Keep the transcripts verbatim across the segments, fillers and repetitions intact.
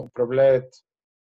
управляет,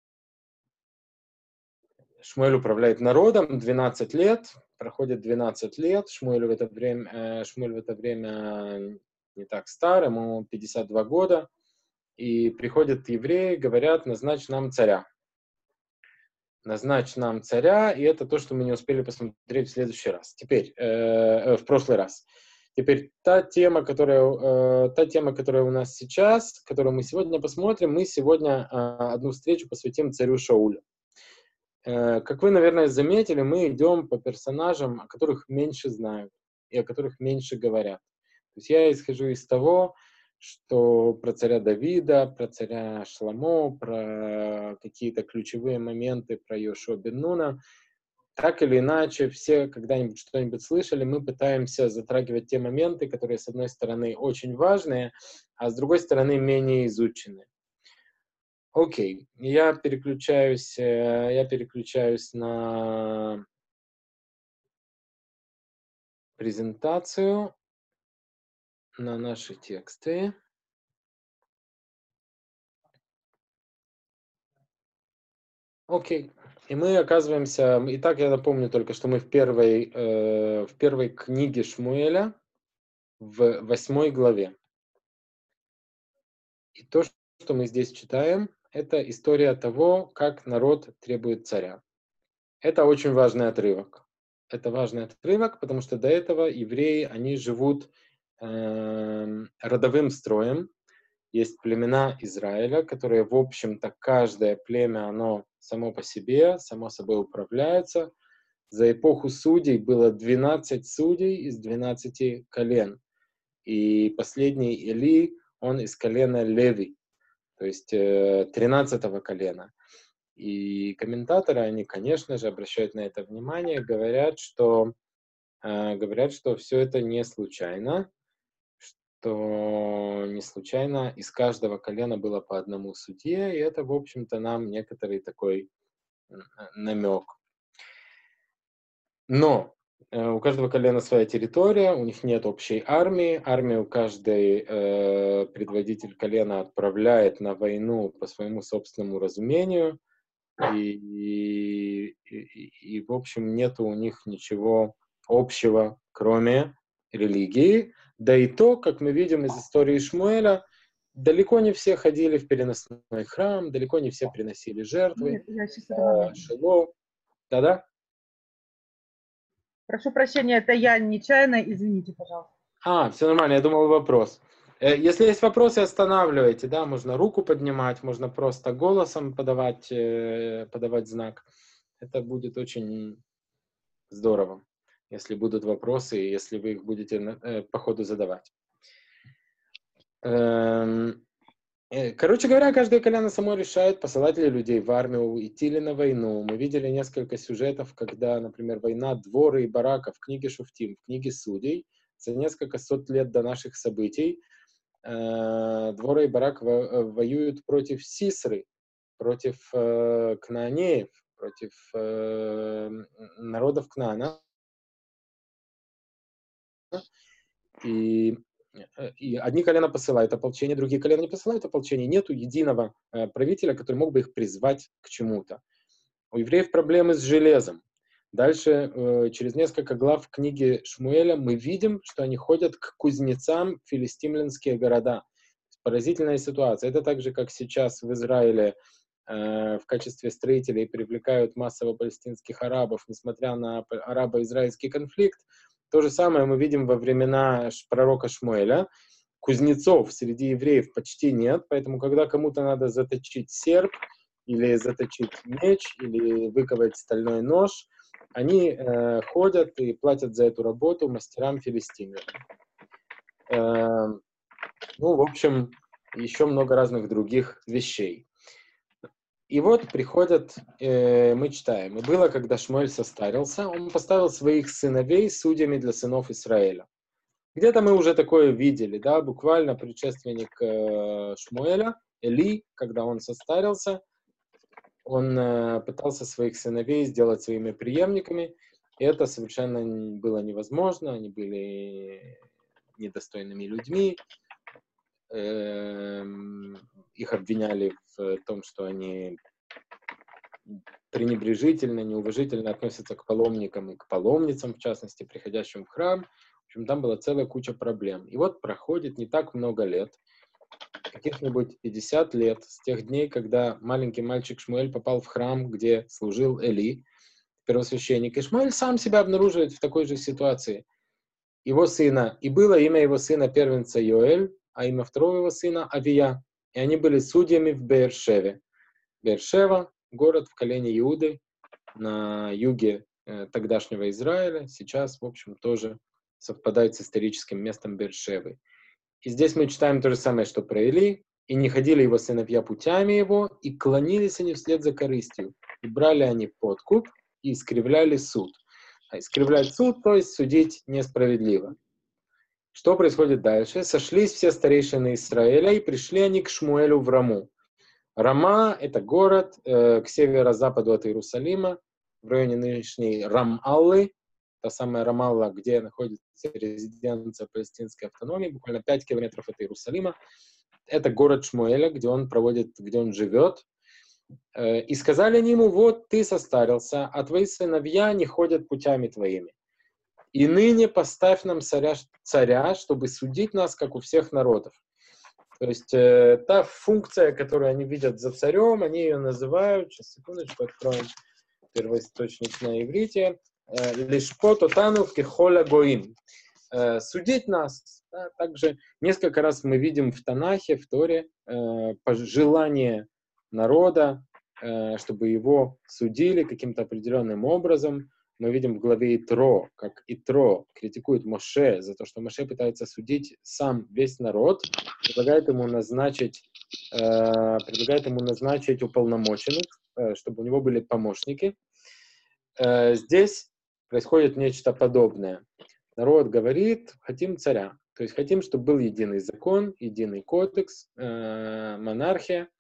Шмуэль управляет народом двенадцать лет, проходит двенадцать лет, Шмуэль в это время, э, Шмуэль в это время не так стар, ему пятьдесят два года, и приходят евреи, говорят: назначь нам царя. Назначь нам царя, и это то, что мы не успели посмотреть в следующий раз. Теперь, э, в прошлый раз. Теперь та тема, которая, э, та тема, которая у нас сейчас, которую мы сегодня посмотрим, мы сегодня э, одну встречу посвятим царю Шаулю. Э, как вы, наверное, заметили, мы идем по персонажам, о которых меньше знают и о которых меньше говорят. То есть я исхожу из того, что про царя Давида, про царя Шламо, про какие-то ключевые моменты про Йошуа бен Нуна, так или иначе, все когда-нибудь что-нибудь слышали, мы пытаемся затрагивать те моменты, которые, с одной стороны, очень важные, а с другой стороны, менее изучены. Окей, я переключаюсь, э, я переключаюсь на презентацию, на наши тексты. Окей. И мы оказываемся... Итак, я напомню только, что мы в первой, э, в первой книге Шмуэля, в восьмой главе. И то, что мы здесь читаем, это история того, как народ требует царя. Это очень важный отрывок. Это важный отрывок, потому что до этого евреи, они живут э, родовым строем. Есть племена Израиля, которые, в общем-то, каждое племя, оно само по себе, само собой управляется. За эпоху судей было двенадцать судей из двенадцати колен. И последний Или, он из колена Леви, то есть тринадцатого колена. И комментаторы, они, конечно же, обращают на это внимание, говорят, что, э, говорят, что все это не случайно, что не случайно из каждого колена было по одному судье, и это, в общем-то, нам некоторый такой намек. Но э, у каждого колена своя территория, у них нет общей армии. Армию каждый э, предводитель колена отправляет на войну по своему собственному разумению. И, и, и, и, в общем, нету у них ничего общего, кроме религии. Да и то, как мы видим из истории Шмуэля, далеко не все ходили в переносной храм, далеко не все приносили жертвы. Я сейчас это Шило. Да-да? Прошу прощения, это я нечаянно, извините, пожалуйста. А, все нормально, я думал вопрос. Если есть вопросы, останавливайте, да, можно руку поднимать, можно просто голосом подавать, подавать знак. Это будет очень здорово, если будут вопросы, и если вы их будете э, по ходу задавать. Эм, э, короче говоря, каждое колено само решает, посылать ли людей в армию, идти ли на войну. Мы видели несколько сюжетов, когда, например, война Дворы и Барака в книге Шуфтим, в книге Судей, за несколько сот лет до наших событий, э, Дворы и Барак во воюют против Сисры, против э, кнаанеев, против э, народов Кнаана. И, и одни колена посылают ополчение, другие колена не посылают ополчение. Нету единого э, правителя, который мог бы их призвать к чему-то. У евреев проблемы с железом. Дальше, э, через несколько глав в книге Шмуэля, мы видим, что они ходят к кузнецам в филистимлянские города. Поразительная ситуация. Это так же, как сейчас в Израиле э, в качестве строителей привлекают массово палестинских арабов, несмотря на арабо-израильский конфликт. То же самое мы видим во времена пророка Шмуэля. Кузнецов среди евреев почти нет, поэтому когда кому-то надо заточить серп, или заточить меч, или выковать стальной нож, они э, ходят и платят за эту работу мастерам филистимлян. Э, ну, в общем, еще много разных других вещей. И вот приходят, э, мы читаем, «И было, когда Шмуэль состарился, он поставил своих сыновей судьями для сынов Израиля». Где-то мы уже такое видели, да, буквально предшественник э, Шмуэля, Эли, когда он состарился, он э, пытался своих сыновей сделать своими преемниками, и это совершенно было невозможно, они были недостойными людьми. э, их обвиняли в том, что они пренебрежительно, неуважительно относятся к паломникам и к паломницам, в частности, приходящим в храм. В общем, там была целая куча проблем. И вот проходит не так много лет, каких-нибудь пятьдесят лет, с тех дней, когда маленький мальчик Шмуэль попал в храм, где служил Эли, первосвященник. И Шмуэль сам себя обнаруживает в такой же ситуации. Его сына, и было имя его сына первенца Йоэль, а имя второго его сына Авия. И они были судьями в Беэр-Шеве. Беэр-Шева — город в колене Иуды на юге э, тогдашнего Израиля. Сейчас, в общем, тоже совпадает с историческим местом Беэр-Шевы. И здесь мы читаем то же самое, что про Или. «И не ходили его сыновья путями его, и клонились они вслед за корыстью. И брали они подкуп, и искривляли суд». А искривлять суд, то есть судить несправедливо. Что происходит дальше? Сошлись все старейшины Израиля, и пришли они к Шмуэлю в Раму. Рама — это город э, к северо-западу от Иерусалима, в районе нынешней Рам-Аллы, та самая Рамалла, где находится резиденция палестинской автономии, буквально пять километров от Иерусалима. Это город Шмуэля, где он проводит, где он живет. Э, и сказали они ему: вот ты состарился, а твои сыновья не ходят путями твоими. И ныне поставь нам царя, царя, чтобы судить нас, как у всех народов. То есть э, та функция, которую они видят за царем, они ее называют, сейчас, секундочку, откроем первоисточник на иврите, «Лишпот отану кехоля гоим», судить нас. Да, также несколько раз мы видим в Танахе, в Торе, э, желание народа, э, чтобы его судили каким-то определенным образом. Мы видим в главе Итро, как Итро критикует Моше за то, что Моше пытается судить сам весь народ, предлагает ему назначить, э, предлагает ему назначить уполномоченных, э, чтобы у него были помощники. Э, здесь происходит нечто подобное. Народ говорит: хотим царя, то есть хотим, чтобы был единый закон, единый кодекс, э, монархия.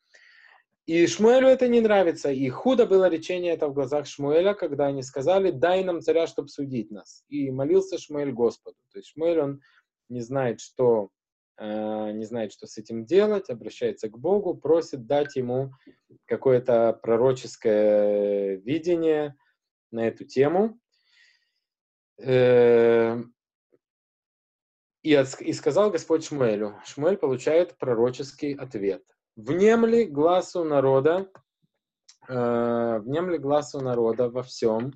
И Шмуэлю это не нравится. И худо было речение это в глазах Шмуэля, когда они сказали: дай нам царя, чтобы судить нас. И молился Шмуэль Господу. То есть Шмуэль, он не знает, что, э, не знает, что с этим делать, обращается к Богу, просит дать ему какое-то пророческое видение на эту тему. Э, и, от, и сказал Господь Шмуэлю. Шмуэль получает пророческий ответ. Внемли гласу народа, э, внемли гласу народа во всем,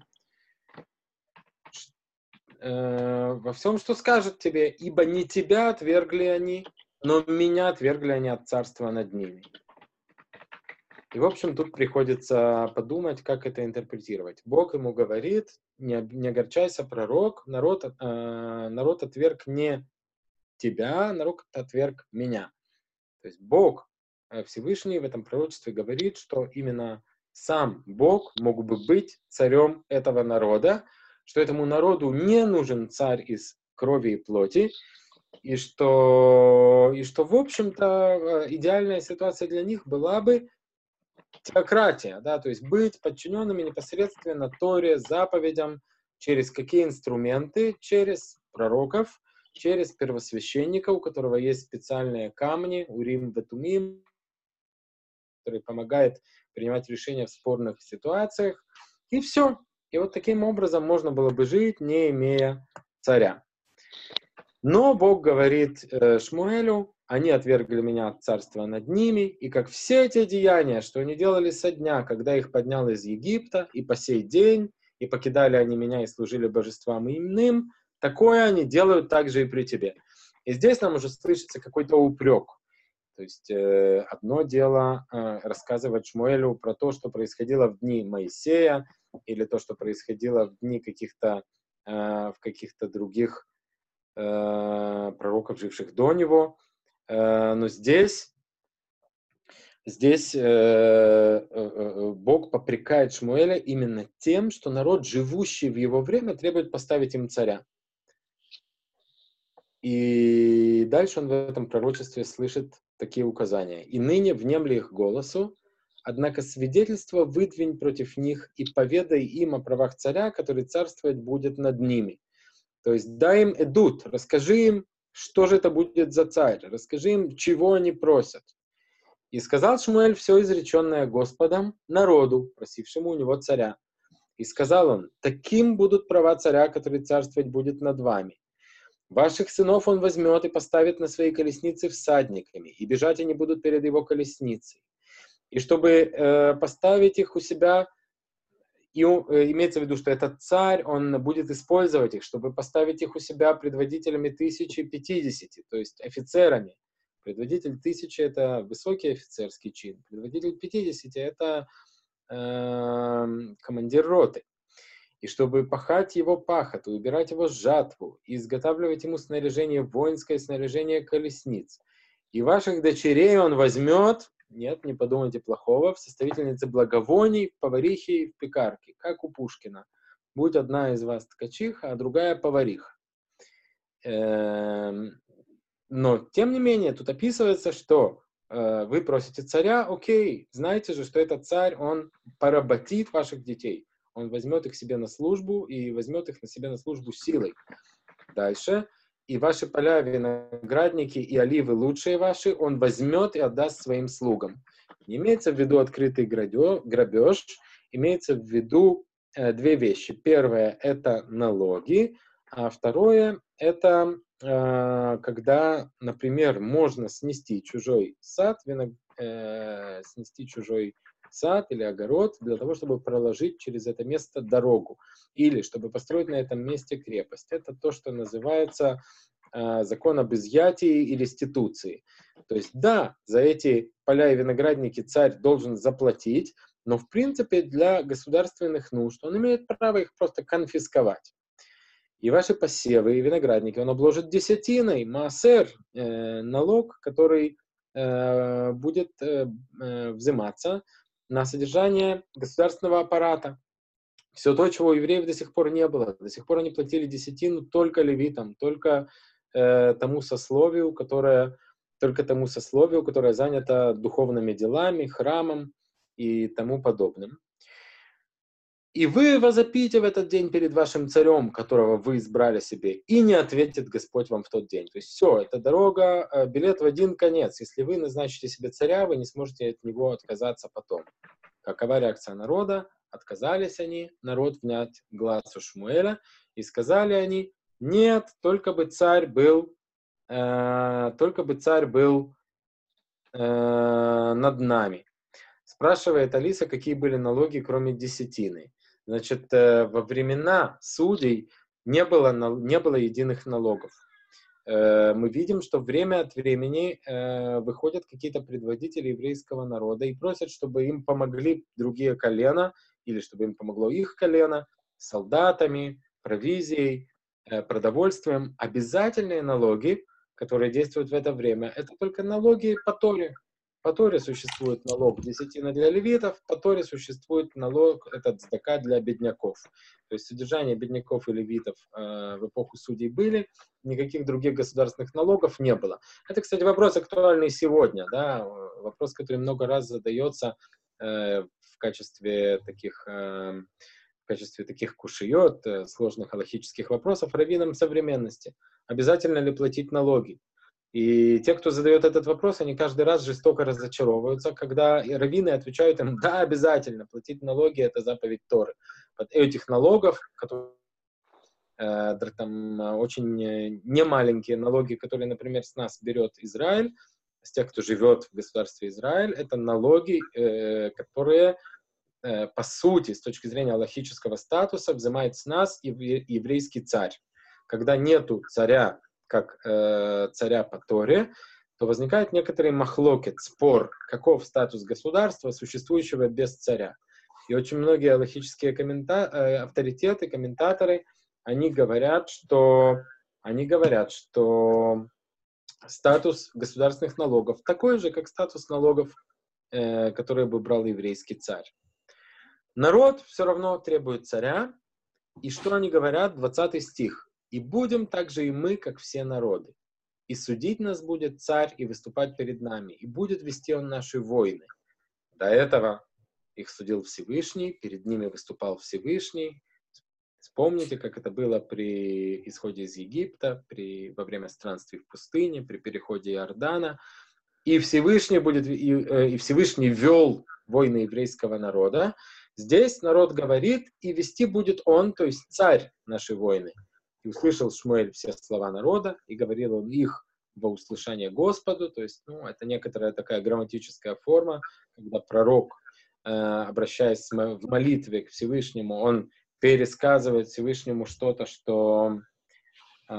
э, во всем, что скажет тебе, ибо не тебя отвергли они, но меня отвергли они от царства над ними. И, в общем, тут приходится подумать, как это интерпретировать. Бог ему говорит: не, не огорчайся, пророк, народ, э, народ отверг не тебя, народ отверг меня. То есть Бог Всевышний в этом пророчестве говорит, что именно сам Бог мог бы быть царем этого народа, что этому народу не нужен царь из крови и плоти, и что, и что в общем-то, идеальная ситуация для них была бы теократия, да, то есть быть подчиненными непосредственно Торе, заповедям, через какие инструменты? Через пророков, через первосвященника, у которого есть специальные камни, урим ветумим, который помогает принимать решения в спорных ситуациях, и все. И вот таким образом можно было бы жить, не имея царя. Но Бог говорит э, Шмуэлю: они отвергли меня от царства над ними, и как все эти деяния, что они делали со дня, когда их поднял из Египта, и по сей день, и покидали они меня и служили божествам иным, такое они делают также и при тебе. И здесь нам уже слышится какой-то упрек. То есть э, одно дело э, рассказывать Шмуэлю про то, что происходило в дни Моисея, или то, что происходило в дни каких-то, э, в каких-то других э, пророков, живших до него. Э, но здесь, здесь э, э, Бог попрекает Шмуэля именно тем, что народ, живущий в его время, требует поставить им царя. И дальше он в этом пророчестве слышит такие указания. «И ныне внемли их голосу, однако свидетельство выдвинь против них и поведай им о правах царя, который царствовать будет над ними». То есть дай им эдут, расскажи им что же это будет за царь? Расскажи им, чего они просят. И сказал Шмуэль все изреченное Господом народу, просившему у него царя. И сказал он: таким будут права царя, который царствовать будет над вами. Ваших сынов он возьмет и поставит на свои колесницы всадниками, и бежать они будут перед его колесницей. И чтобы э, поставить их у себя, и, э, имеется в виду, что этот царь, он будет использовать их, чтобы поставить их у себя предводителями тысячи пятидесяти, то есть офицерами. Предводитель тысячи — это высокий офицерский чин, предводитель пятидесяти — это э, командир роты. И чтобы пахать его пахоту, убирать его жатву, и изготавливать ему снаряжение воинское, снаряжение колесниц. И ваших дочерей он возьмет, нет, не подумайте плохого, в составительнице благовоний, в поварихе и в пекарке, как у Пушкина. Будет одна из вас ткачиха, а другая повариха. Эм, но, тем не менее, тут описывается, что э, вы просите царя, окей, знаете же, что этот царь, он поработит ваших детей. Он возьмет их себе на службу и возьмет их на себе на службу силой. Дальше. И ваши поля, виноградники и оливы лучшие ваши он возьмет и отдаст своим слугам. Не имеется в виду открытый грабеж, имеется в виду э, две вещи. Первое — это налоги, а второе — это э, когда, например, можно снести чужой сад, виног... э, снести чужой сад или огород для того, чтобы проложить через это место дорогу или чтобы построить на этом месте крепость. Это то, что называется э, закон об изъятии и реституции. То есть, да, за эти поля и виноградники царь должен заплатить, но в принципе для государственных нужд он имеет право их просто конфисковать. И ваши посевы и виноградники он обложит десятиной, маасер, э, налог, который э, будет э, э, взиматься на содержание государственного аппарата. Все то, чего у евреев до сих пор не было. До сих пор они платили десятину только левитам, только э, тому сословию, которое, только тому сословию, которое занято духовными делами, храмом и тому подобным. И вы возопите в этот день перед вашим царем, которого вы избрали себе, и не ответит Господь вам в тот день. То есть все, это дорога, билет в один конец. Если вы назначите себе царя, вы не сможете от него отказаться потом. Какова реакция народа? Отказались они, народ внять глазу Шмуэля, и сказали они: нет, только бы царь был, э, только бы царь был э, над нами. Спрашивает Алиса, какие были налоги, кроме десятины. Значит, э, во времена судей не было, не было единых налогов. Э, мы видим, что время от времени э, выходят какие-то предводители еврейского народа и просят, чтобы им помогли другие колена, или чтобы им помогло их колено, солдатами, провизией, э, продовольствием. Обязательные налоги, которые действуют в это время, это только налоги по Торе. По Торе существует налог десятина для левитов, по Торе существует налог, этот цдака для бедняков. То есть содержание бедняков и левитов э, в эпоху судей были, никаких других государственных налогов не было. Это, кстати, вопрос актуальный сегодня, да, вопрос, который много раз задается э, в качестве таких, э, в качестве таких кушиот, э, сложных алахических вопросов раввинам современности. Обязательно ли платить налоги? И те, кто задает этот вопрос, они каждый раз жестоко разочаровываются, когда раввины отвечают им: да, обязательно, платить налоги — это заповедь Торы. От этих налогов, которые, э, там, очень немаленькие налоги, которые, например, с нас берет Израиль, с тех, кто живет в государстве Израиль, это налоги, э, которые, э, по сути, с точки зрения алахического статуса, взимает с нас еврейский царь. Когда нету царя, как э, царя по Торе, то возникает некоторый махлокет, спор, каков статус государства, существующего без царя. И очень многие алахические коммента... э, авторитеты, комментаторы, они говорят, что, они говорят, что статус государственных налогов такой же, как статус налогов, э, которые бы брал еврейский царь. Народ все равно требует царя. И что они говорят? двадцатый стих. «И будем также и мы, как все народы. И судить нас будет царь, и выступать перед нами, и будет вести он наши войны». До этого их судил Всевышний, перед ними выступал Всевышний. Вспомните, как это было при исходе из Египта, при, во время странствий в пустыне, при переходе Иордана. И Всевышний, будет, и, и Всевышний вел войны еврейского народа. Здесь народ говорит, и вести будет он, то есть царь нашей войны. И услышал Шмуэль все слова народа, и говорил он их во услышание Господу. То есть, ну, это некоторая такая грамматическая форма, когда пророк, э, обращаясь в молитве к Всевышнему, он пересказывает Всевышнему что-то, что э,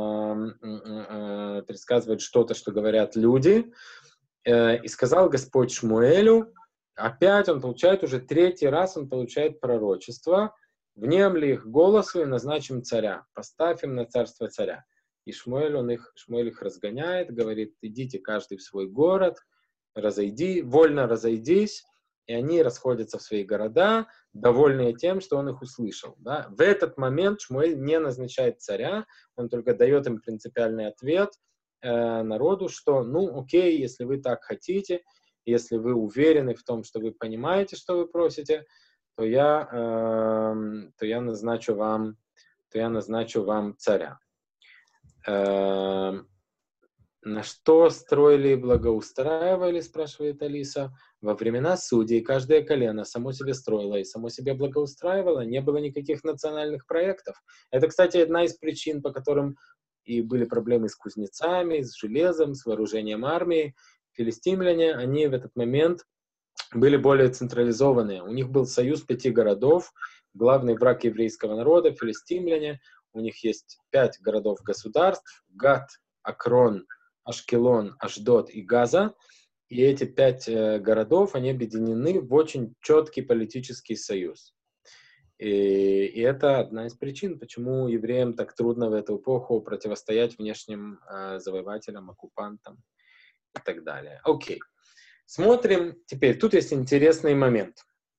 э, пересказывает что-то, что говорят люди. Э, и сказал Господь Шмуэлю, опять он получает, уже третий раз он получает пророчество, внемли их голосу и назначим царя, поставь им на царство царя. И Шмуэль, он их, Шмуэль их разгоняет, говорит, идите каждый в свой город, разойди, вольно разойдись, и они расходятся в свои города, довольные тем, что он их услышал. Да? В этот момент Шмуэль не назначает царя, он только дает им принципиальный ответ э, народу, что, ну, окей, если вы так хотите, если вы уверены в том, что вы понимаете, что вы просите, то я, э, то я назначу вам, то я назначу вам царя. Э, На что строили и благоустраивали, спрашивает Алиса. Во времена судей каждое колено само себе строило и само себе благоустраивало, не было никаких национальных проектов. Это, кстати, одна из причин, по которым и были проблемы с кузнецами, с железом, с вооружением армии. Филистимляне, они в этот момент были более централизованные. У них был союз пяти городов, главный враг еврейского народа, филистимляне. У них есть пять городов-государств: Гат, Акрон, Ашкелон, Ашдод и Газа. И эти пять э, городов, они объединены в очень четкий политический союз. И, и это одна из причин, почему евреям так трудно в эту эпоху противостоять внешним э, завоевателям, оккупантам и так далее. Окей. Смотрим теперь. Тут есть интересный момент.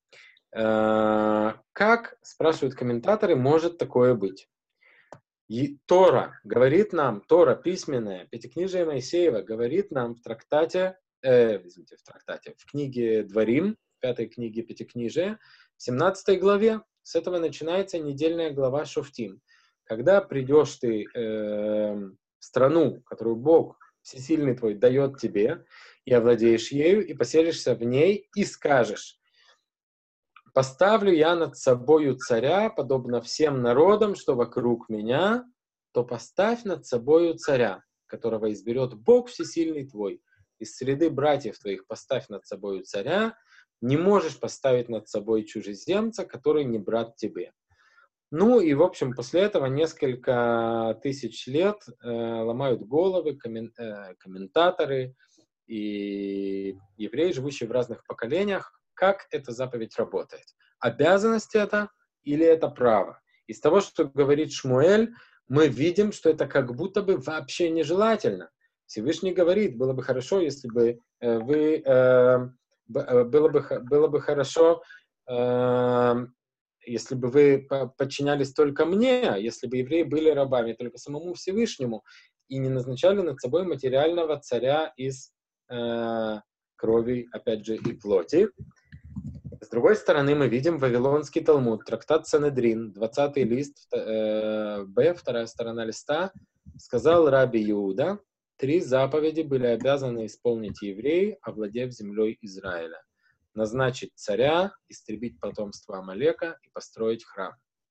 Э, как, спрашивают комментаторы, может такое быть? И Тора говорит нам, Тора письменная, Пятикнижие Моисеева говорит нам в трактате, э, извините, в трактате, в книге Дворим, в пятой книге Пятикнижия, в семнадцатой главе, с этого начинается недельная глава Шофтим. Когда придешь ты э, в страну, которую Бог Всесильный твой дает тебе, и овладеешь ею, и поселишься в ней, и скажешь: поставлю я над собою царя, подобно всем народам, что вокруг меня, то поставь над собою царя, которого изберет Бог Всесильный твой. Из среды братьев твоих поставь над собою царя, не можешь поставить над собой чужеземца, который не брат тебе. Ну и, в общем, после этого несколько тысяч лет э, ломают головы коммен, э, комментаторы и евреи, живущие в разных поколениях, как эта заповедь работает. Обязанность это или это право? Из того, что говорит Шмуэль, мы видим, что это как будто бы вообще нежелательно. Всевышний говорит, было бы хорошо, если бы э, вы... Э, было, бы, было бы хорошо, э, если бы вы подчинялись только мне, если бы евреи были рабами только самому Всевышнему и не назначали над собой материального царя из э, крови, опять же, и плоти. С другой стороны, мы видим Вавилонский Талмуд, трактат Санедрин, двадцатый лист, э, Б, вторая сторона листа, сказал Раби Иуда, три заповеди были обязаны исполнить евреи, овладев землей Израиля: назначить царя, истребить потомство Амалека и построить храм.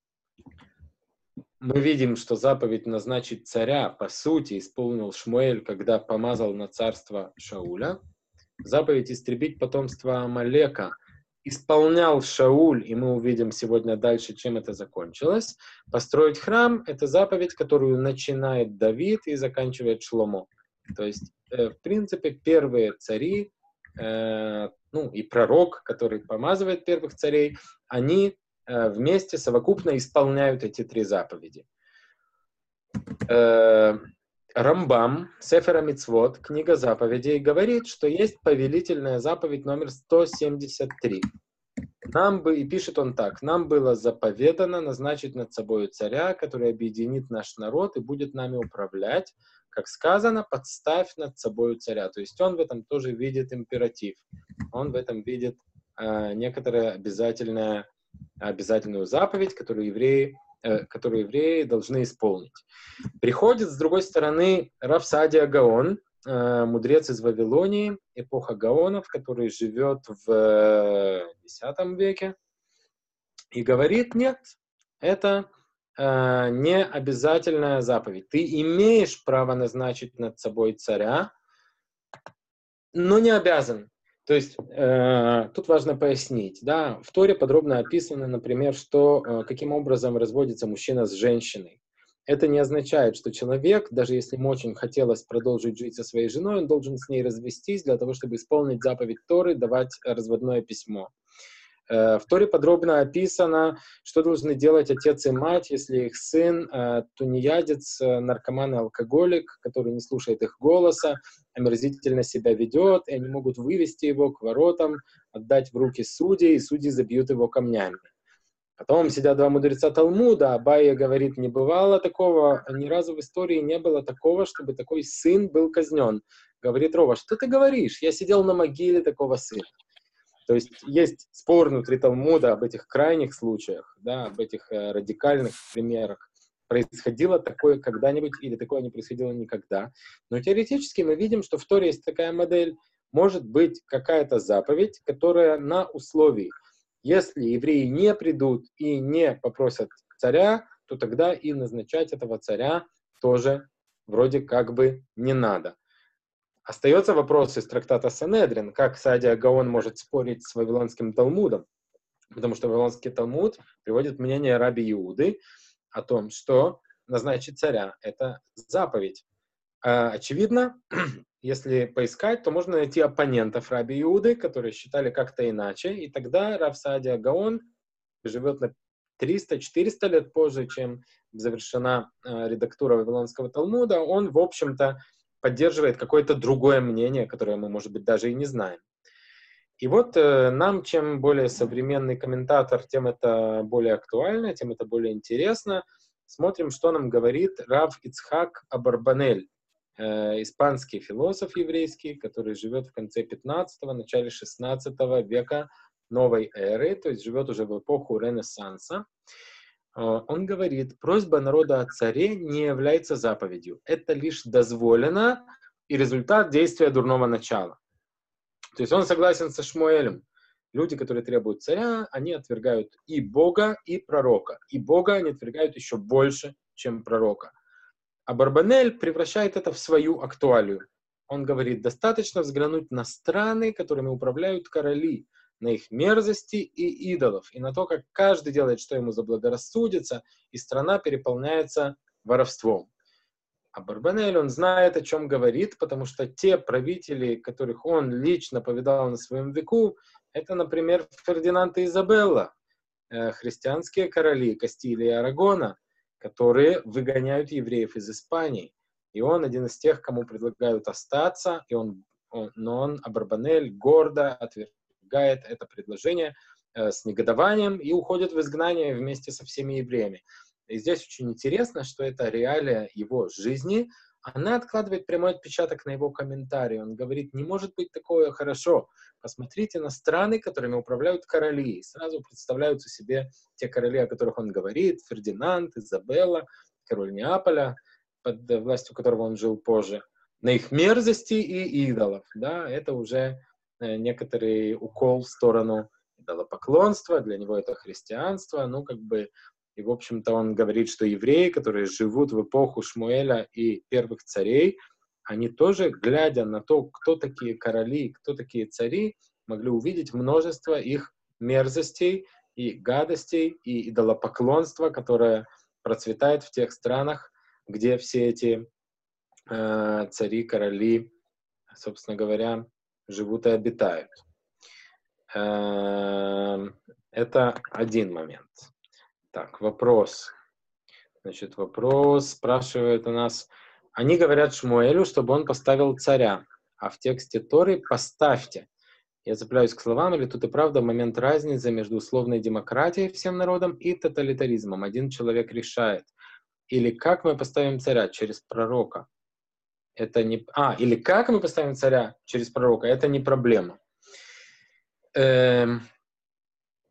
Мы видим, что заповедь назначить царя, по сути, исполнил Шмуэль, когда помазал на царство Шауля. Заповедь истребить потомство Амалека исполнял Шауль, и мы увидим сегодня дальше, чем это закончилось. Построить храм — это заповедь, которую начинает Давид и заканчивает Шломо. То есть, э, в принципе, первые цари, э, ну и пророк, который помазывает первых царей, они э, вместе, совокупно исполняют эти три заповеди. Э, Рамбам, Сефер ха-Мицвот, книга заповедей, говорит, что есть повелительная заповедь номер сто семьдесят три. Нам бы, и пишет он так: нам было заповедано назначить над собой царя, который объединит наш народ и будет нами управлять. Как сказано, подставь над собой царя. То есть он в этом тоже видит императив. Он в этом видит э, некоторую обязательную, обязательную заповедь, которую евреи э, которую евреи должны исполнить. Приходит, с другой стороны, Рав Сааdia Гаон, э, мудрец из Вавилонии, эпоха Гаонов, который живет в десятом веке, и говорит: нет, это э, не обязательная заповедь. Ты имеешь право назначить над собой царя, но не обязан. То есть э, тут важно пояснить, да, в Торе подробно описано, например, что э, каким образом разводится мужчина с женщиной. Это не означает, что человек, даже если ему очень хотелось продолжить жить со своей женой, он должен с ней развестись для того, чтобы исполнить заповедь Торы, давать разводное письмо. В Торе подробно описано, что должны делать отец и мать, если их сын тунеядец, наркоман и алкоголик, который не слушает их голоса, омерзительно себя ведет, и они могут вывести его к воротам, отдать в руки судей, и судьи забьют его камнями. Потом сидят два мудреца Талмуда, Абайя говорит: не бывало такого, ни разу в истории не было такого, чтобы такой сын был казнен. Говорит Рова: что ты говоришь? Я сидел на могиле такого сына. То есть есть спор внутри Талмуда об этих крайних случаях, да, об этих э, радикальных примерах. Происходило такое когда-нибудь или такое не происходило никогда. Но теоретически мы видим, что в Торе есть такая модель. Может быть какая-то заповедь, которая на условии: если евреи не придут и не попросят царя, то тогда и назначать этого царя тоже вроде как бы не надо. Остается вопрос из трактата Санедрин, как Сааdia Гаон может спорить с Вавилонским Талмудом, потому что Вавилонский Талмуд приводит мнение раби Иуды о том, что назначить царя — это заповедь. А, очевидно, если поискать, то можно найти оппонентов раби Иуды, которые считали как-то иначе, и тогда Рав Сааdia Гаон живет на триста-четыреста лет позже, чем завершена э, редактура Вавилонского Талмуда. Он, в общем-то, поддерживает какое-то другое мнение, которое мы, может быть, даже и не знаем. И вот э, нам, чем более современный комментатор, тем это более актуально, тем это более интересно. Смотрим, что нам говорит Рав Ицхак Абарбанель, э, испанский философ еврейский, который живет в конце пятнадцатого, начале шестнадцатого века новой эры, то есть живет уже в эпоху Ренессанса. Он говорит: просьба народа о царе не является заповедью. Это лишь дозволено и результат действия дурного начала. То есть он согласен со Шмуэлем. Люди, которые требуют царя, они отвергают и Бога, и пророка. И Бога они отвергают еще больше, чем пророка. А Барбанель превращает это в свою актуалию. Он говорит: достаточно взглянуть на страны, которыми управляют короли, на их мерзости и идолов, и на то, как каждый делает, что ему заблагорассудится, и страна переполняется воровством. А Барбанель, он знает, о чем говорит, потому что те правители, которых он лично повидал на своем веку, это, например, Фердинанд и Изабелла, э, христианские короли Кастилии и Арагона, которые выгоняют евреев из Испании. И он один из тех, кому предлагают остаться, и он, он, но он, Абарбанель, гордо отвергает это предложение э, с негодованием и уходит в изгнание вместе со всеми евреями. И здесь очень интересно, что эта реалия его жизни, она откладывает прямой отпечаток на его комментарий. Он говорит: не может быть такое хорошо. Посмотрите на страны, которыми управляют короли. И сразу представляются себе те короли, о которых он говорит: Фердинанд, Изабелла, король Неаполя, под властью которого он жил позже. На их мерзости и идолов. Да, это уже некоторый укол в сторону идолопоклонства. Для него это христианство. Ну, как бы, и, в общем-то, он говорит, что евреи, которые живут в эпоху Шмуэля и первых царей, они тоже, глядя на то, кто такие короли, кто такие цари, могли увидеть множество их мерзостей и гадостей и идолопоклонства, которое процветает в тех странах, где все эти э, цари, короли, собственно говоря, живут и обитают. Э, это один момент. Так, вопрос. Значит, вопрос спрашивает у нас: они говорят Шмуэлю, чтобы он поставил царя, а в тексте Торы «поставьте». Я цепляюсь к словам, или тут и правда момент разницы между условной демократией всем народом и тоталитаризмом. Один человек решает. Или как мы поставим царя? Через пророка. Это не... А, или как мы поставим царя через пророка? Это не проблема. Эм...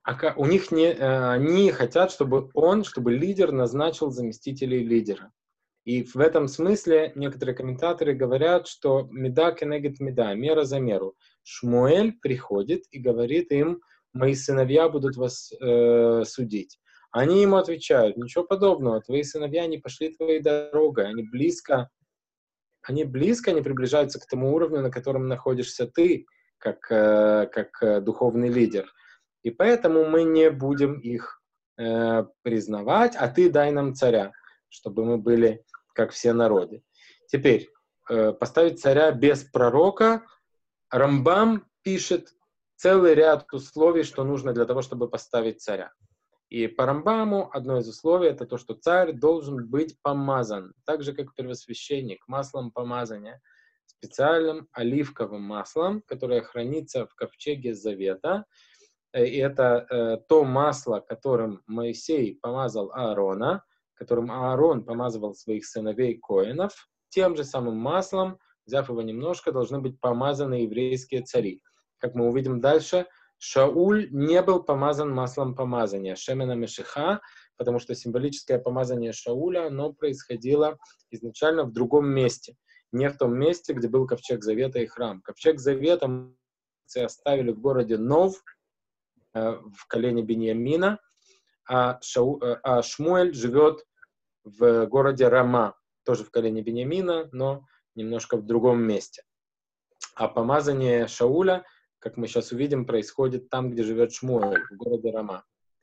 А ка- у них не, э, они хотят, чтобы он, чтобы лидер назначил заместителей лидера. И в этом смысле некоторые комментаторы говорят, что меда кенегет меда, мера за меру. Шмуэль приходит и говорит им: мои сыновья будут вас э, судить. Они ему отвечают: ничего подобного, твои сыновья не пошли твоей дорогой, они близко, они близко не приближаются к тому уровню, на котором находишься ты, как, э, как э, духовный лидер. И поэтому мы не будем их э, признавать, а ты дай нам царя, чтобы мы были как все народы. Теперь, э, поставить царя без пророка. Рамбам пишет целый ряд условий, что нужно для того, чтобы поставить царя. И по Рамбаму одно из условий — это то, что царь должен быть помазан, так же, как первосвященник, маслом помазания, специальным оливковым маслом, которое хранится в ковчеге Завета. Э, И это э, то масло, которым Моисей помазал Аарона, которым Аарон помазывал своих сыновей Коэнов. Тем же самым маслом, взяв его немножко, должны быть помазаны еврейские цари. Как мы увидим дальше, Шауль не был помазан маслом помазания, Шемена Мешиха, потому что символическое помазание Шауля, оно происходило изначально в другом месте, не в том месте, где был ковчег Завета и храм. Ковчег Завета мы оставили в городе Нов, в колене Беньямина, а, Шау, а Шмуэль живет в городе Рама, тоже в колене Беньямина, но немножко в другом месте. А помазание Шауля, как мы сейчас увидим, происходит там, где живет Шмуэль, в городе Рама.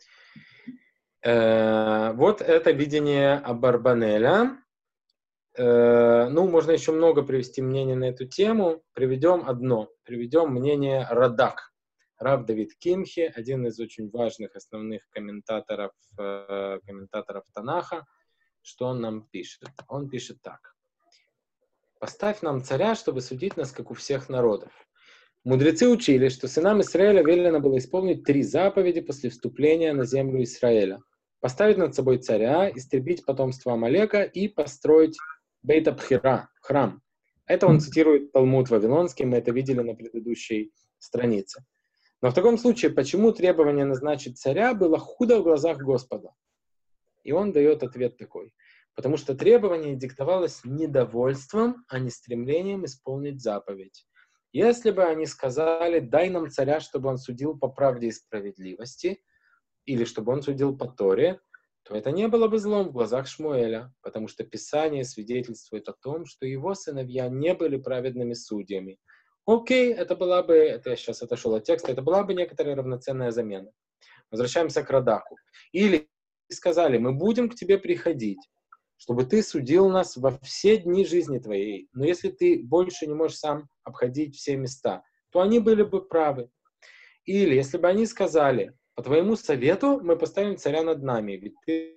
Э, вот это видение Абарбанеля. Э, ну, можно еще много привести мнений на эту тему. Приведем одно. Приведем мнение Радак. Рав Давид Кимхи, один из очень важных основных комментаторов, э, комментаторов Танаха. Что он нам пишет? Он пишет так. «Поставь нам царя, чтобы судить нас, как у всех народов. Мудрецы учили, что сынам Израиля велено было исполнить три заповеди после вступления на землю Израиля. Поставить над собой царя, истребить потомство Амалека и построить Бейт-Абхира, храм». Это он цитирует Талмуд Вавилонский, мы это видели на предыдущей странице. Но в таком случае, почему требование назначить царя было худо в глазах Господа? И он дает ответ такой. Потому что требование диктовалось недовольством, а не стремлением исполнить заповедь. Если бы они сказали: дай нам царя, чтобы он судил по правде и справедливости, или чтобы он судил по Торе, то это не было бы злом в глазах Шмуэля, потому что Писание свидетельствует о том, что его сыновья не были праведными судьями. Окей, это была бы, это я сейчас отошел от текста, это была бы некоторая равноценная замена. Возвращаемся к Радаку. Или сказали: мы будем к тебе приходить, чтобы ты судил нас во все дни жизни твоей. Но если ты больше не можешь сам обходить все места, то они были бы правы. Или если бы они сказали: по твоему совету мы поставим царя над нами, ведь ты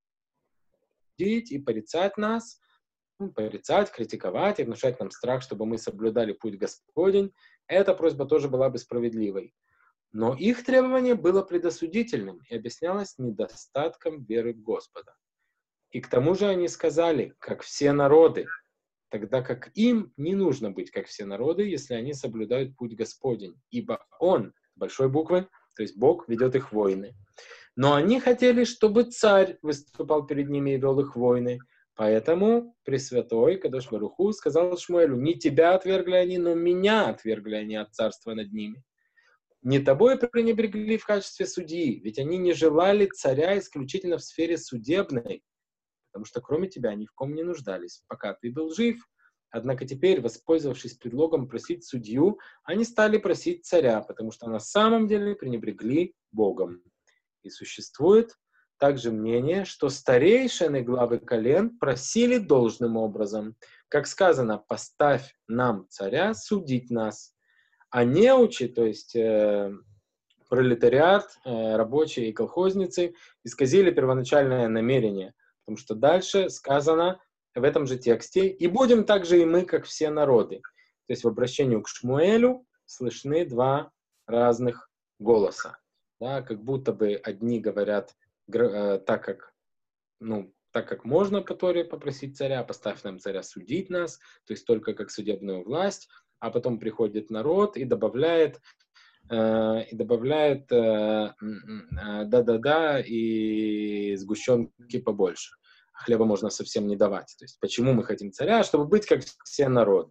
и порицать нас, ну, порицать, критиковать и внушать нам страх, чтобы мы соблюдали путь Господень, эта просьба тоже была бы справедливой. Но их требование было предосудительным и объяснялось недостатком веры в Господа. И к тому же они сказали: как все народы, тогда как им не нужно быть как все народы, если они соблюдают путь Господень, ибо Он, большой буквы, то есть Бог, ведет их войны. Но они хотели, чтобы царь выступал перед ними и вел их войны. Поэтому Пресвятой Кадош Барух Ху сказал Шмуэлю: не тебя отвергли они, но меня отвергли они от царства над ними. Не тобой пренебрегли в качестве судьи, ведь они не желали царя исключительно в сфере судебной, потому что кроме тебя ни в ком не нуждались, пока ты был жив. Однако теперь, воспользовавшись предлогом просить судью, они стали просить царя, потому что на самом деле пренебрегли Богом. И существует также мнение, что старейшины главы колен просили должным образом. Как сказано: поставь нам царя судить нас. А неучи, то есть э, пролетариат, э, рабочие и колхозницы, исказили первоначальное намерение. Потому что дальше сказано в этом же тексте: и будем также и мы, как все народы. То есть в обращении к Шмуэлю слышны два разных голоса. Да, как будто бы одни говорят э, так, как, ну, так как можно по Торе попросить царя: поставь нам царя судить нас, то есть только как судебную власть, а потом приходит народ и добавляет: э, и добавляет э, м, м, э, да-да-да и сгущенки побольше. Хлеба можно совсем не давать. То есть почему мы хотим царя? Чтобы быть как все народы.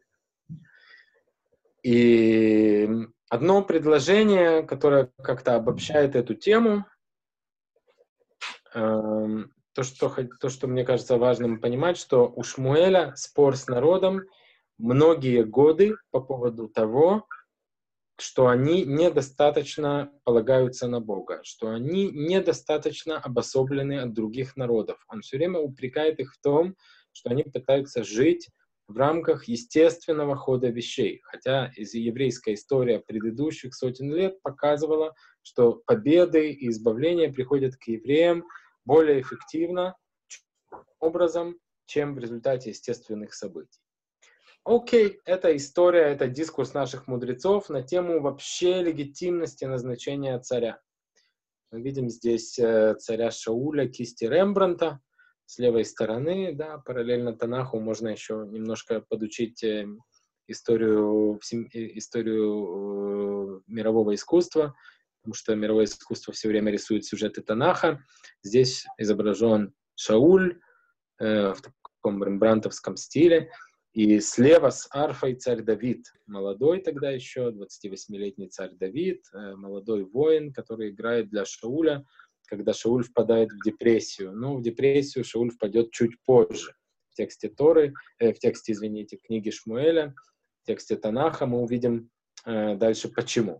И одно предложение, которое как-то обобщает эту тему, эм, то, что, хот- то, что мне кажется важным понимать, что у Шмуэля спор с народом многие годы по поводу того, что они недостаточно полагаются на Бога, что они недостаточно обособлены от других народов. Он все время упрекает их в том, что они пытаются жить в рамках естественного хода вещей. Хотя еврейская история предыдущих сотен лет показывала, что победы и избавления приходят к евреям более эффективно образом, чем в результате естественных событий. Окей, это история, это дискурс наших мудрецов на тему вообще легитимности назначения царя. Мы видим здесь э, царя Шауля, кисти Рембрандта с левой стороны, да, параллельно Танаху можно еще немножко подучить э, историю, всем, э, историю э, мирового искусства, потому что мировое искусство все время рисует сюжеты Танаха. Здесь изображен Шауль э, в таком рембрандтовском стиле. И слева с арфой царь Давид, молодой тогда еще, двадцативосьмилетний царь Давид, э, молодой воин, который играет для Шауля, когда Шауль впадает в депрессию. Но в депрессию Шауль впадет чуть позже. В тексте Торы, э, в тексте, извините, книги Шмуэля, в тексте Танаха мы увидим э, дальше почему.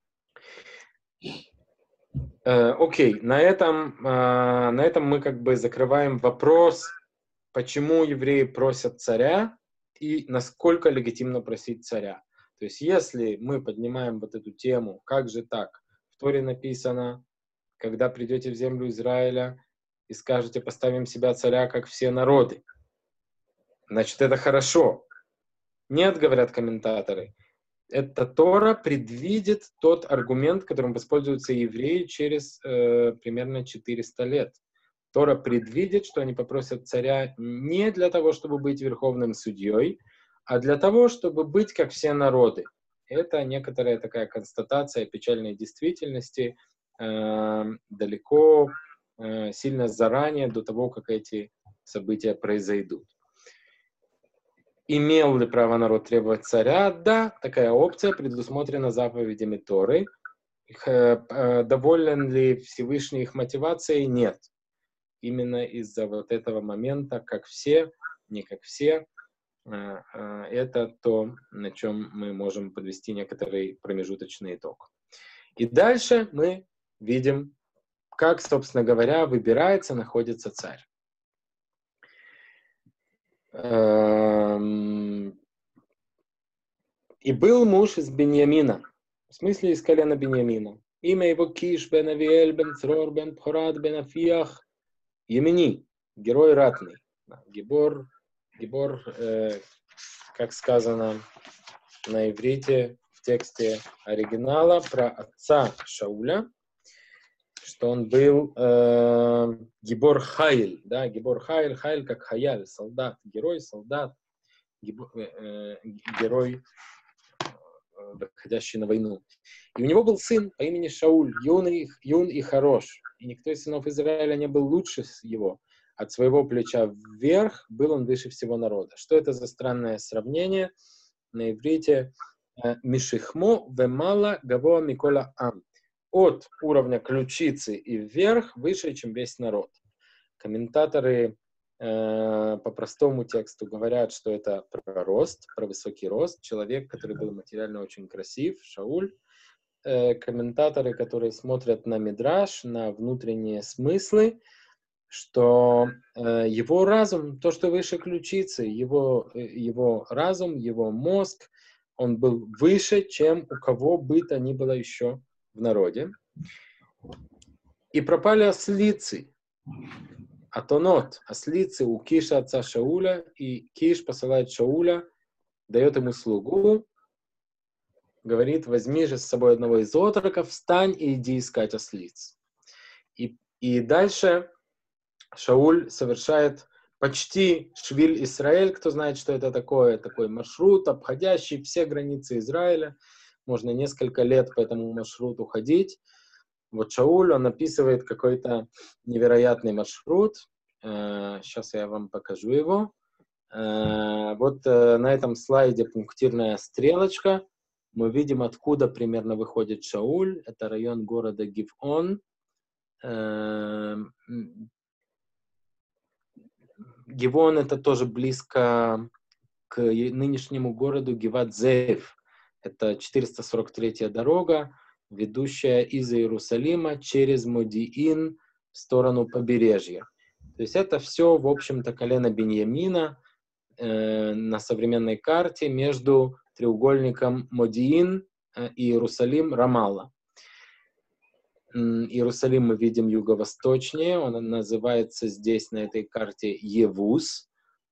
Э, окей, на этом, э, на этом мы как бы закрываем вопрос, почему евреи просят царя и насколько легитимно просить царя. То есть если мы поднимаем вот эту тему, как же так? В Торе написано, когда придете в землю Израиля и скажете, поставим себя царя, как все народы. Значит, это хорошо. Нет, говорят комментаторы. Это Тора предвидит тот аргумент, которым воспользуются евреи через э, примерно четыреста лет. Тора предвидит, что они попросят царя не для того, чтобы быть верховным судьей, а для того, чтобы быть как все народы. Это некоторая такая констатация печальной действительности э, далеко, э, сильно заранее, до того, как эти события произойдут. Имел ли право народ требовать царя? Да, такая опция предусмотрена заповедями Торы. Доволен ли Всевышний их мотивацией? Нет. Именно из-за вот этого момента, как все, не как все, это то, на чем мы можем подвести некоторый промежуточный итог. И дальше мы видим, как, собственно говоря, выбирается, находится царь. И был муж из Беньямина, в смысле из колена Беньямина. Имя его Киш бен Авиэль бен Црор бен Пхорат бен Афиях Емени, герой ратный. Гибор, Гибор, э, как сказано на иврите в тексте оригинала про отца Шауля, что он был э, Гибор Хайль, да, Гибор Хайль, Хайль как Хаяль, солдат, герой, солдат, гибор, э, э, герой, выходящий на войну. И у него был сын по имени Шауль, юный, юн и хорош. И никто из сынов Израиля не был лучше его. От своего плеча вверх был он выше всего народа. Что это за странное сравнение? На иврите «Мишихмо вемала гаво микола ам». От уровня ключицы и вверх выше, чем весь народ. Комментаторы э, по простому тексту говорят, что это про рост, про высокий рост. Человек, который был материально очень красив, Шауль. Э, комментаторы, которые смотрят на мидраш, на внутренние смыслы, что э, его разум, то, что выше ключицы, его, э, его разум, его мозг, он был выше, чем у кого бы то ни было еще в народе. И пропали ослицы, атонот, ослицы у Киша, отца Шауля, и Киш посылает Шауля, дает ему слугу, говорит, возьми же с собой одного из отроков, встань и иди искать ослиц. И, и дальше Шауль совершает почти Швиль Исраэль, кто знает, что это такое, такой маршрут, обходящий все границы Израиля. можно несколько лет по этому маршруту ходить. Вот Шауль, он описывает какой-то невероятный маршрут. Сейчас я вам покажу его. Вот на этом слайде пунктирная стрелочка. Мы видим, откуда примерно выходит Шауль. Это район города Гивон. Гивон — это тоже близко к нынешнему городу Гиват-Зеев. Это четыреста сорок третья дорога, ведущая из Иерусалима через Модиин в сторону побережья. То есть это все, в общем-то, колено Биньямина э, на современной карте между треугольником Модиин э, и Иерусалим, Рамалла. Иерусалим мы видим юго-восточнее, он называется здесь на этой карте Евус.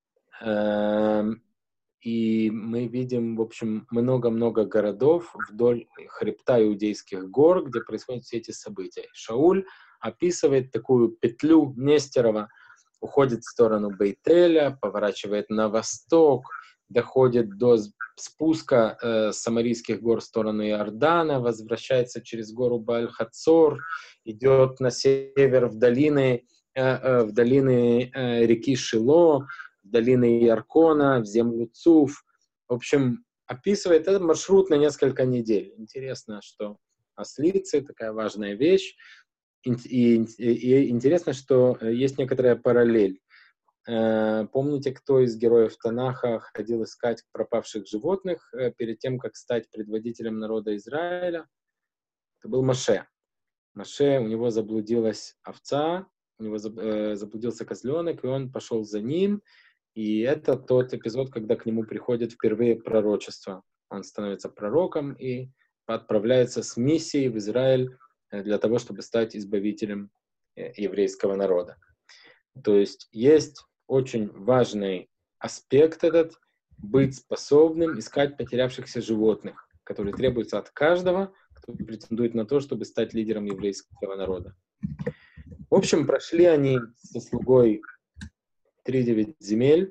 Э, И мы видим, в общем, много-много городов вдоль хребта Иудейских гор, где происходят все эти события. Шауль описывает такую петлю Нестерова, уходит в сторону Бейтеля, поворачивает на восток, доходит до спуска э, Самарийских гор в сторону Иордана, возвращается через гору Бааль-Хацор, идет на север в долины, э, э, в долины э, реки Шило, в долины Яркона, в землю Цуф. В общем, описывает этот маршрут на несколько недель. Интересно, что ослицы — такая важная вещь. И, и, и интересно, что есть некоторая параллель. Помните, кто из героев Танаха ходил искать пропавших животных перед тем, как стать предводителем народа Израиля? Это был Моше. Моше, у него заблудилась овца, у него заблудился козленок, и он пошел за ним. И это тот эпизод, когда к нему приходит впервые пророчество. Он становится пророком и отправляется с миссией в Израиль для того, чтобы стать избавителем еврейского народа. То есть есть очень важный аспект этот — быть способным искать потерявшихся животных, которые требуются от каждого, кто претендует на то, чтобы стать лидером еврейского народа. В общем, прошли они со слугой три девять земель,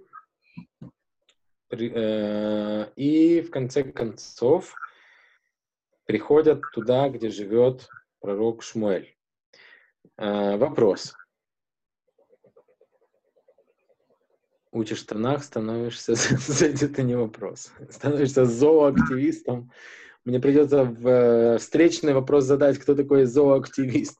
и в конце концов приходят туда, где живет пророк Шмуэль. Вопрос. Учишь Танах, становишься... Это не вопрос. Становишься зооактивистом. Мне придется в встречный вопрос задать, кто такой зооактивист.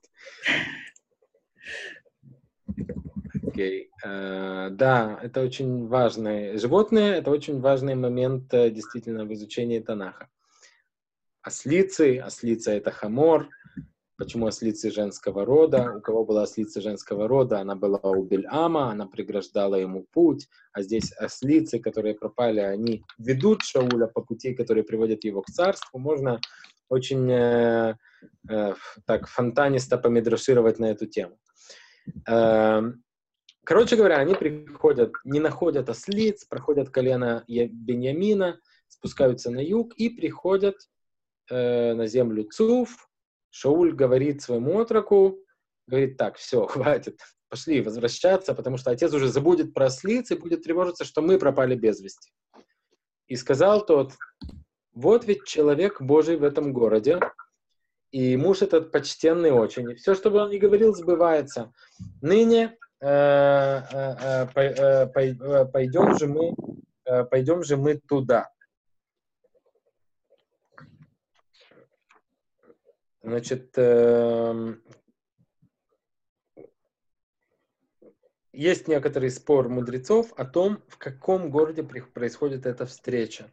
Okay. Uh, да, это очень важное. Животные — это очень важный момент uh, действительно в изучении Танаха. Ослицы, ослица — это хамор. Почему ослицы женского рода? У кого была ослица женского рода? Она была у Бельама, она преграждала ему путь. А здесь ослицы, которые пропали, они ведут Шауля по пути, который приводит его к царству. Можно очень uh, uh, так фонтанисто помидрашировать на эту тему. Uh, Короче говоря, они приходят, не находят ослиц, проходят колено Беньямина, спускаются на юг и приходят э, на землю Цуф. Шауль говорит своему отроку, говорит: так, все, хватит, пошли возвращаться, потому что отец уже забудет про ослиц и будет тревожиться, что мы пропали без вести. И сказал тот: вот ведь человек Божий в этом городе, и муж этот почтенный очень, и все, что бы он ни говорил, сбывается. Ныне пойдем же мы, пойдем же мы туда. Значит, есть некоторый спор мудрецов о том, в каком городе происходит эта встреча.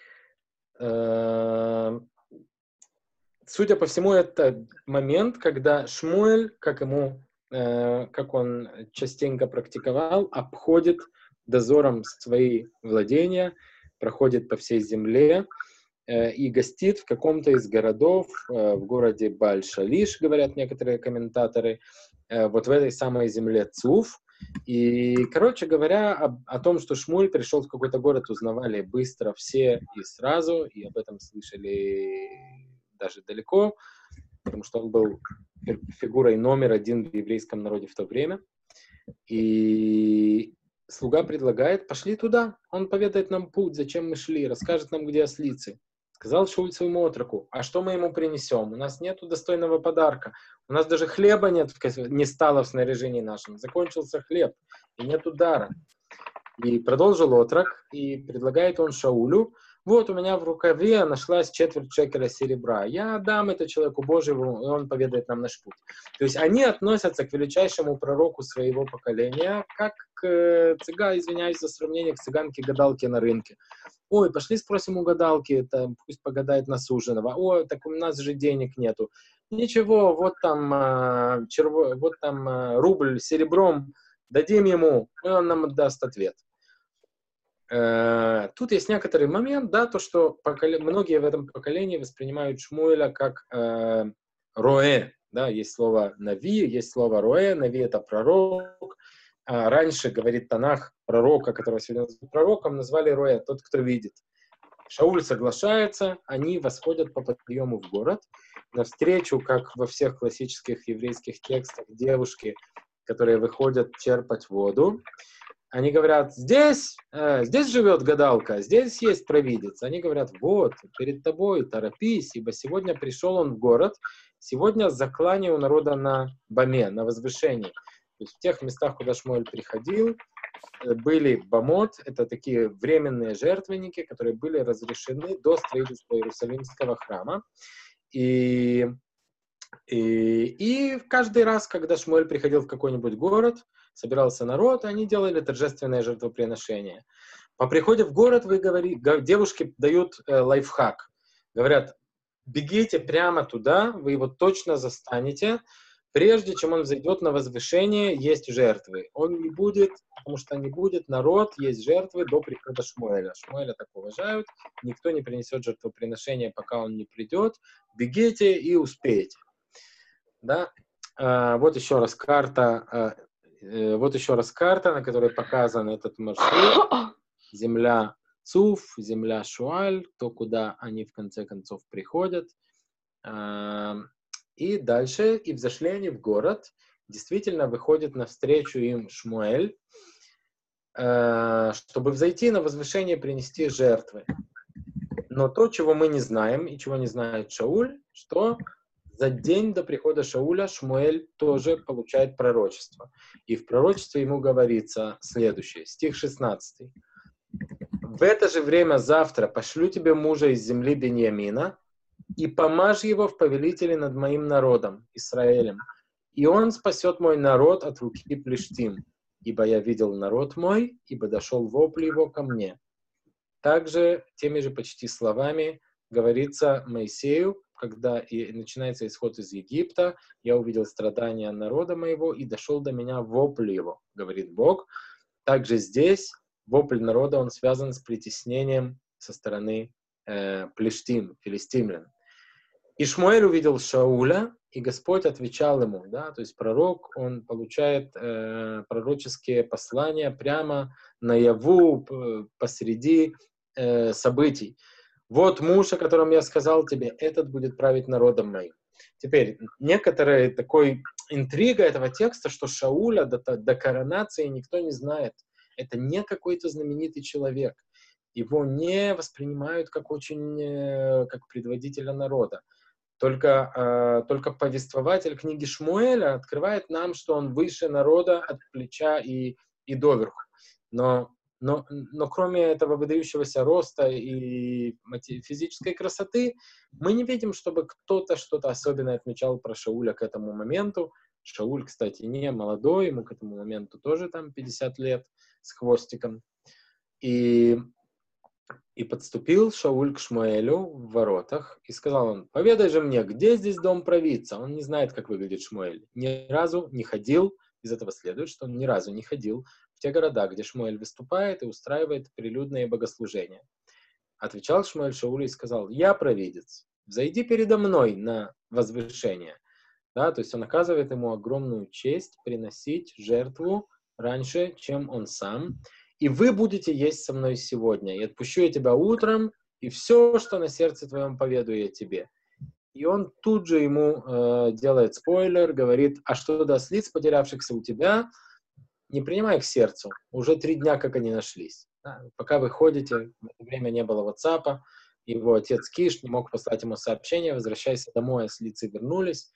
Судя по всему, это момент, когда Шмуэль, как ему как он частенько практиковал, обходит дозором свои владения, проходит по всей земле и гостит в каком-то из городов, в городе Бааль-Шалиш, говорят некоторые комментаторы, вот в этой самой земле Цуф. И, короче говоря, о, о том, что Шмуль пришел в какой-то город, узнавали быстро все и сразу, и об этом слышали даже далеко, потому что он был фигурой номер один в еврейском народе в то время. И слуга предлагает: пошли туда, он поведает нам путь, зачем мы шли, расскажет нам, где ослицы. Сказал Шауль своему отроку: а что мы ему принесем? У нас нету достойного подарка. У нас даже хлеба нет, не стало в снаряжении нашем. Закончился хлеб, и нету дара. И продолжил отрок, и предлагает он Шаулю: вот у меня в рукаве нашлась четверть шекеля серебра. Я дам это человеку Божьему, и он поведает нам наш путь. То есть они относятся к величайшему пророку своего поколения, как к цыга, извиняюсь за сравнение, к цыганке-гадалке на рынке. Ой, пошли спросим у гадалки, это, пусть погадает на суженого. Ой, так у нас же денег нету. Ничего, вот там, а, черво, вот там а, рубль серебром, дадим ему, и он нам даст ответ. Э, Тут есть некоторый момент, да, то, что поколе... многие в этом поколении воспринимают Шмуэля как э, роэ, да, есть слово нави, есть слово роэ, нави — это пророк. А раньше, говорит Танах, пророка, которого сегодня называют пророком, назвали роэ, тот, кто видит. Шауль соглашается, они восходят по подъему в город, навстречу, как во всех классических еврейских текстах, девушки, которые выходят черпать воду. Они говорят: здесь, э, здесь живет гадалка, здесь есть провидец. Они говорят: вот, перед тобой, торопись, ибо сегодня пришел он в город, сегодня заклание у народа на баме, на возвышении. То есть в тех местах, куда Шмуэль приходил, были бамот, это такие временные жертвенники, которые были разрешены до строительства Иерусалимского храма. И, и, и каждый раз, когда Шмуэль приходил в какой-нибудь город, собирался народ, они делали торжественное жертвоприношение. По приходе в город вы говори, девушки дают э, лайфхак. Говорят: бегите прямо туда, вы его точно застанете. Прежде чем он взойдет на возвышение, есть жертвы. Он не будет, потому что не будет народ, есть жертвы до прихода Шмуэля. Шмуэля так уважают, никто не принесет жертвоприношение, пока он не придет. Бегите и успеете. Да? А, вот еще раз карта, а, вот еще раз карта, на которой показан этот маршрут. Земля Цуф, земля Шуаль, то, куда они в конце концов приходят. А, И дальше, и взошли они в город, действительно выходит навстречу им Шмуэль, э, чтобы взойти на возвышение и принести жертвы. Но то, чего мы не знаем, и чего не знает Шауль, что за день до прихода Шауля Шмуэль тоже получает пророчество. И в пророчестве ему говорится следующее, стих шестнадцатый. «В это же время завтра пошлю тебе мужа из земли Беньямина, и помажь его в повелителе над моим народом, Израилем. И он спасет мой народ от руки плештим, ибо я видел народ мой, ибо дошел вопль его ко мне». Также теми же почти словами говорится Моисею, когда и начинается исход из Египта: «Я увидел страдания народа моего, и дошел до меня вопль его», говорит Бог. Также здесь вопль народа, он связан с притеснением со стороны э, плештим, филистимлян. И Шмуэль увидел Шауля, и Господь отвечал ему, да, то есть пророк, он получает э, пророческие послания прямо наяву, посреди э, событий. Вот муж, о котором я сказал тебе, этот будет править народом моим. Теперь, некоторая такой интрига этого текста, что Шауля до, до коронации никто не знает. Это не какой-то знаменитый человек. Его не воспринимают как очень, э, как предводителя народа. Только, э, только повествователь книги Шмуэля открывает нам, что он выше народа от плеча и, и доверху. Но, но, но кроме этого выдающегося роста и физической красоты, мы не видим, чтобы кто-то что-то особенное отмечал про Шауля к этому моменту. Шауль, кстати, не молодой, ему к этому моменту тоже там пятьдесят лет с хвостиком. И... И подступил Шауль к Шмуэлю в воротах, и сказал он: «Поведай же мне, где здесь дом провидца?» Он не знает, как выглядит Шмуэль. Ни разу не ходил, из этого следует, что он ни разу не ходил в те города, где Шмуэль выступает и устраивает прилюдные богослужения. Отвечал Шмуэль Шаулю и сказал: «Я провидец, взойди передо мной на возвышение». Да, то есть он оказывает ему огромную честь приносить жертву раньше, чем он сам. «И вы будете есть со мной сегодня, и отпущу я тебя утром, и все, что на сердце твоем, поведаю я тебе». И он тут же ему э, делает спойлер, говорит: «А что до ослиц, потерявшихся у тебя, не принимай к сердцу, уже три дня, как они нашлись». Да, пока вы ходите, в это время не было ватсапа, его отец Киш не мог послать ему сообщение: возвращайся домой, ослицы вернулись.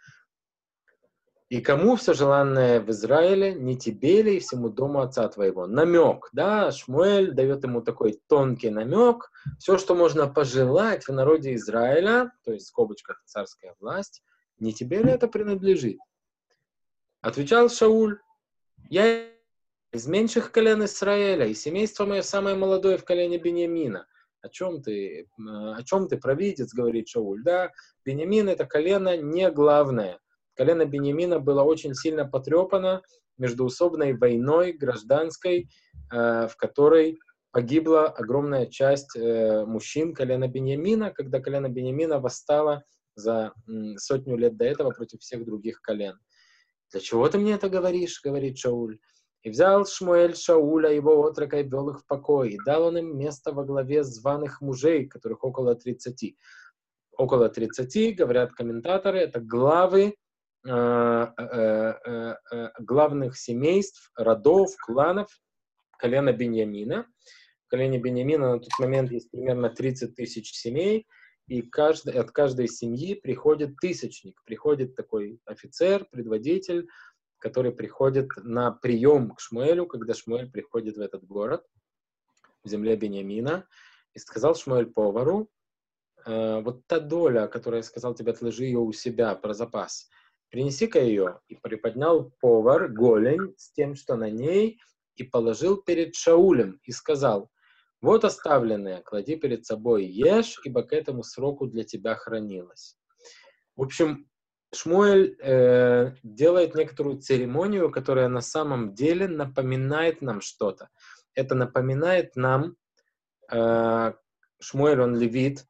И кому все желанное в Израиле, не тебе ли и всему дому отца твоего? Намек, да, Шмуэль дает ему такой тонкий намек. Все, что можно пожелать в народе Израиля, то есть в скобочках царская власть, не тебе ли это принадлежит? Отвечал Шауль: я из меньших колен Израиля, и семейство мое самое молодое в колене Беньямина. О чем ты, о чем ты, провидец, говорит Шауль? Да, Беньямин — это колено не главное. Колено Беньямина было очень сильно потрепано междоусобной войной гражданской, э, в которой погибла огромная часть э, мужчин колена Беньямина, когда колено Беньямина восстало за м, сотню лет до этого против всех других колен. «Для чего ты мне это говоришь?» — говорит Шауль. «И взял Шмуэль Шауля, его отрока, и ввел их в покой, и дал он им место во главе званых мужей, которых около тридцати». Около тридцати, говорят комментаторы, это главы э, э, э, э, главных семейств, родов, кланов колена Беньямина. В колене Беньямина на тот момент есть примерно тридцать тысяч семей, и каждый, от каждой семьи приходит тысячник, приходит такой офицер, предводитель, который приходит на прием к Шмуэлю, когда Шмуэль приходит в этот город, в земле Беньямина, и сказал Шмуэль повару: э, вот та доля, которую я сказал тебе, отложи ее у себя про запас, принеси-ка ее. И приподнял повар голень с тем, что на ней, и положил перед Шаулем, и сказал: вот оставленное, клади перед собой, ешь, ибо к этому сроку для тебя хранилось. В общем, Шмуэль э, делает некоторую церемонию, которая на самом деле напоминает нам что-то. Это напоминает нам, э, Шмуэль, он левит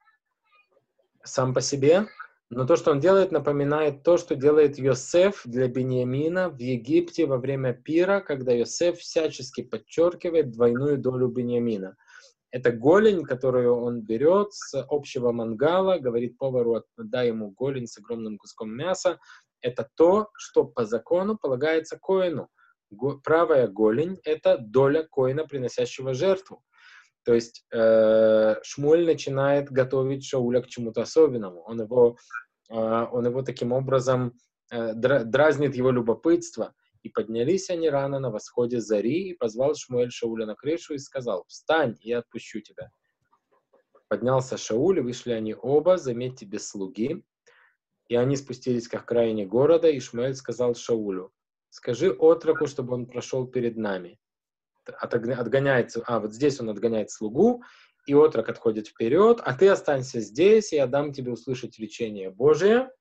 сам по себе, но то, что он делает, напоминает то, что делает Йосеф для Беньямина в Египте во время пира, когда Йосеф всячески подчеркивает двойную долю Беньямина. Это голень, которую он берет с общего мангала, говорит повару: дай ему голень с огромным куском мяса. Это то, что по закону полагается коэну. Го- правая голень — это доля коэна, приносящего жертву. То есть э, Шмуэль начинает готовить Шауля к чему-то особенному. Он его, э, он его таким образом э, дра- дразнит его любопытство. И поднялись они рано на восходе зари, и позвал Шмуэль Шауля на крышу и сказал: встань, и я отпущу тебя. Поднялся Шауль, и вышли они оба, заметьте, без слуги. И они спустились к окраине города, и Шмуэль сказал Шаулю: скажи отроку, чтобы он прошел перед нами. Отгоняется, а вот здесь он отгоняет слугу, и отрок отходит вперед, а ты останься здесь, и я дам тебе услышать речение Божие.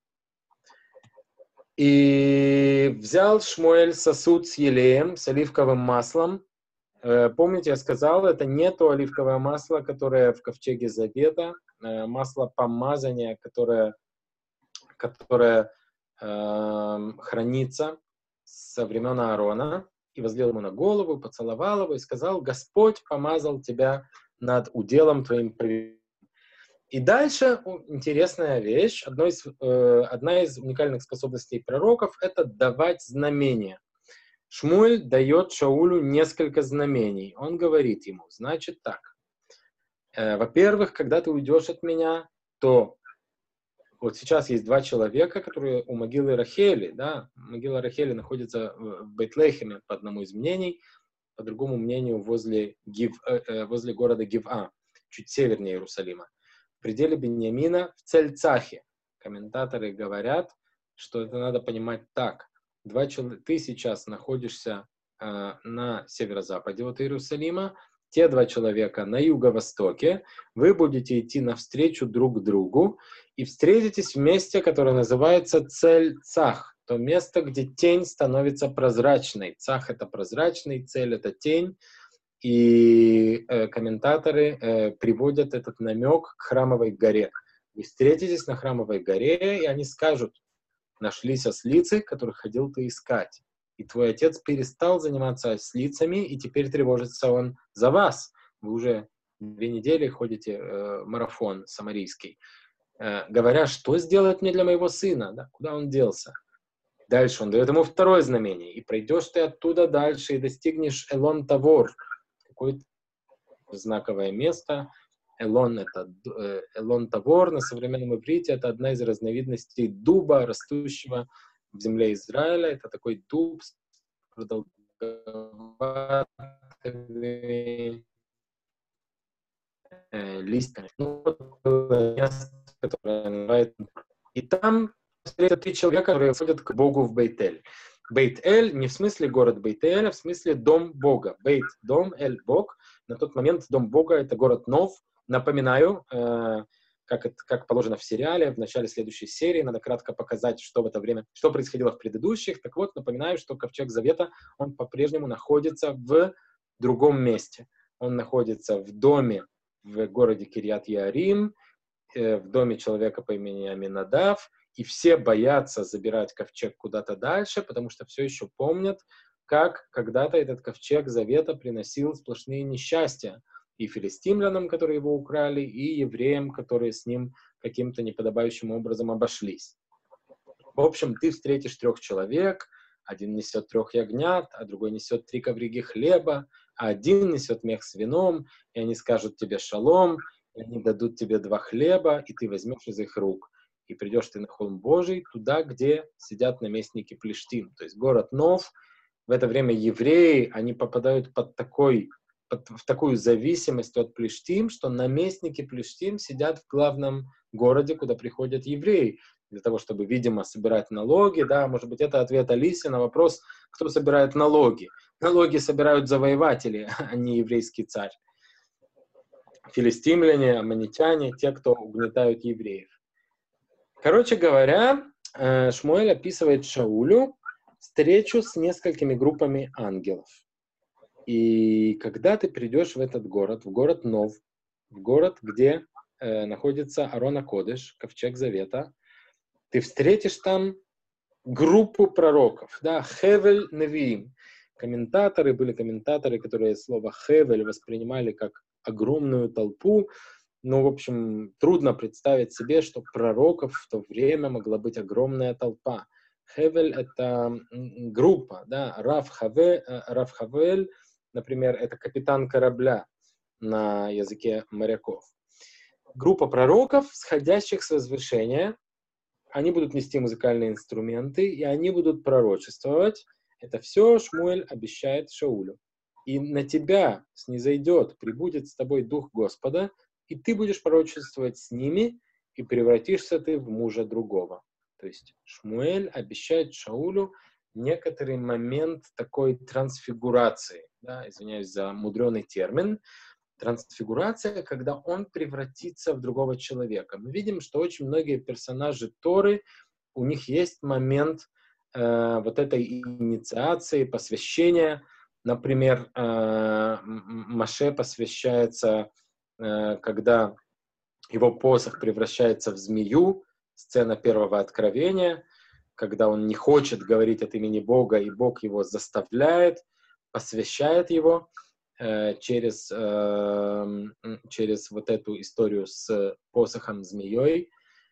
И взял Шмуэль сосуд с елеем, с оливковым маслом. Э, помните, я сказал, это не то оливковое масло, которое в ковчеге Завета, э, масло помазания, которое, которое э, хранится со времен Аарона. И возлил ему на голову, поцеловал его и сказал: Господь помазал тебя над уделом твоим. И дальше интересная вещь. Одно из, э, одна из уникальных способностей пророков — это давать знамения. Шмуэль дает Шаулю несколько знамений. Он говорит ему: значит так, э, во-первых, когда ты уйдешь от меня, то вот сейчас есть два человека, которые у могилы Рахели, да, могила Рахели находится в Бейтлехеме, по одному из мнений, по другому мнению возле, Гив, э, э, возле города Гива, чуть севернее Иерусалима. В пределе Беньямина, в Цельцахе. Комментаторы говорят, что это надо понимать так. Два человека, ты сейчас находишься э, на северо-западе от Иерусалима, те два человека на юго-востоке, вы будете идти навстречу друг другу и встретитесь в месте, которое называется Цель-Цах, то место, где тень становится прозрачной. Цах — это прозрачный, Цель — это тень. И э, комментаторы э, приводят этот намек к Храмовой горе. Вы встретитесь на Храмовой горе, и они скажут: нашлись ослицы, которых ходил ты искать. И твой отец перестал заниматься ослицами, и теперь тревожится он за вас. Вы уже две недели ходите э, марафон самарийский, э, говоря: что сделать мне для моего сына? Да, куда он делся? Дальше он дает ему второе знамение. И пройдешь ты оттуда дальше, и достигнешь Элон-Тавор, какое-то знаковое место, Элон — это э, элон тавор на современном иврите, это одна из разновидностей дуба, растущего в земле Израиля. Это такой дуб с продолговатыми э, листьями. Ну, вот было место, которое называется. И там встретят три человека, которые ходят к Богу в Бейт-Эль. Бейт-Эль не в смысле город Бейт-Эль, а в смысле дом Бога. Бейт — дом, Эль — Бог. На тот момент дом Бога — это город Нов. Напоминаю, э, как, это, как положено в сериале, в начале следующей серии надо кратко показать, что в это время, что происходило в предыдущих. Так вот, напоминаю, что Ковчег Завета, он по-прежнему находится в другом месте. Он находится в доме в городе Кирьят-Яарим, э, в доме человека по имени Аминадав, и все боятся забирать ковчег куда-то дальше, потому что все еще помнят, как когда-то этот ковчег Завета приносил сплошные несчастья и филистимлянам, которые его украли, и евреям, которые с ним каким-то неподобающим образом обошлись. В общем, ты встретишь трех человек, один несет трех ягнят, а другой несет три ковриги хлеба, а один несет мех с вином, и они скажут тебе шалом, и они дадут тебе два хлеба, и ты возьмешь из их рук. И придешь ты на холм Божий, туда, где сидят наместники Плештим. То есть город Нов. В это время евреи, они попадают под такой, под, в такую зависимость от Плештим, что наместники Плештим сидят в главном городе, куда приходят евреи, для того, чтобы, видимо, собирать налоги. Да, может быть, это ответ Алисе на вопрос, кто собирает налоги. Налоги собирают завоеватели, а не еврейский царь. Филистимляне, аммонитяне, те, кто угнетают евреев. Короче говоря, Шмуэль описывает Шаулю встречу с несколькими группами ангелов. И когда ты придешь в этот город, в город Нов, в город, где э, находится Арон а-Кодеш, Ковчег Завета, ты встретишь там группу пророков, да, Хевель Невиим. Комментаторы, были комментаторы, которые слово Хевель воспринимали как огромную толпу. Ну, в общем, трудно представить себе, что пророков в то время могла быть огромная толпа. Хевель — это группа, да, Рав Хаве, Рав Хавель, например, это капитан корабля на языке моряков. Группа пророков, сходящих с возвышения, они будут нести музыкальные инструменты, и они будут пророчествовать. Это все Шмуэль обещает Шаулю. И на тебя снизойдет, прибудет с тобой Дух Господа, и ты будешь пророчествовать с ними, и превратишься ты в мужа другого. То есть Шмуэль обещает Шаулю некоторый момент такой трансфигурации. Да, извиняюсь за мудреный термин. Трансфигурация, когда он превратится в другого человека. Мы видим, что очень многие персонажи Торы, у них есть момент э, вот этой инициации, посвящения. Например, э, Моше посвящается, э, когда его посох превращается в змею, сцена первого откровения, когда он не хочет говорить от имени Бога, и Бог его заставляет, посвящает его э, через, э, через вот эту историю с посохом змеей.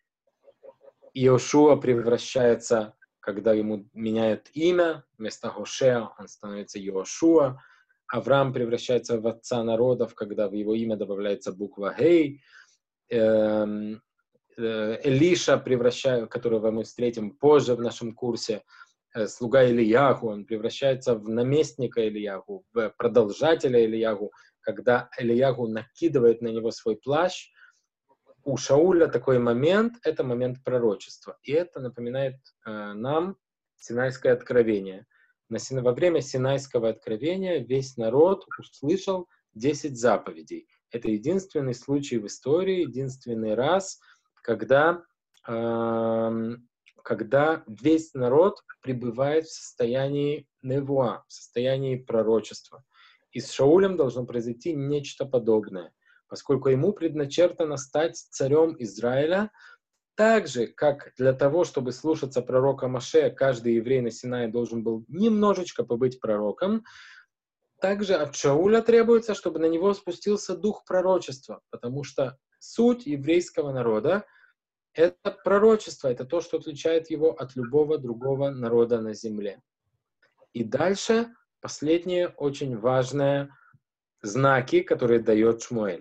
Иошуа превращается, когда ему меняют имя, вместо Гошеа он становится Иошуа. Авраам превращается в отца народов, когда в его имя добавляется буква Гей. Эм, Элиша, превращает, которого мы встретим позже в нашем курсе, э, слуга Ильяху, он превращается в наместника Ильяху, в продолжателя Ильяху, когда Ильяху накидывает на него свой плащ. У Шауля такой момент, это момент пророчества. И это напоминает э, нам Синайское откровение. На, во время Синайского откровения весь народ услышал десять заповедей. Это единственный случай в истории, единственный раз, когда, э, когда весь народ пребывает в состоянии невуа, в состоянии пророчества. И с Шаулем должно произойти нечто подобное, поскольку ему предначертано стать царем Израиля, так же, как для того, чтобы слушаться пророка Моше, каждый еврей на Синае должен был немножечко побыть пророком, также от Шауля требуется, чтобы на него спустился дух пророчества, потому что суть еврейского народа — это пророчество, это то, что отличает его от любого другого народа на земле. И дальше последние очень важные знаки, которые дает Шмуэль.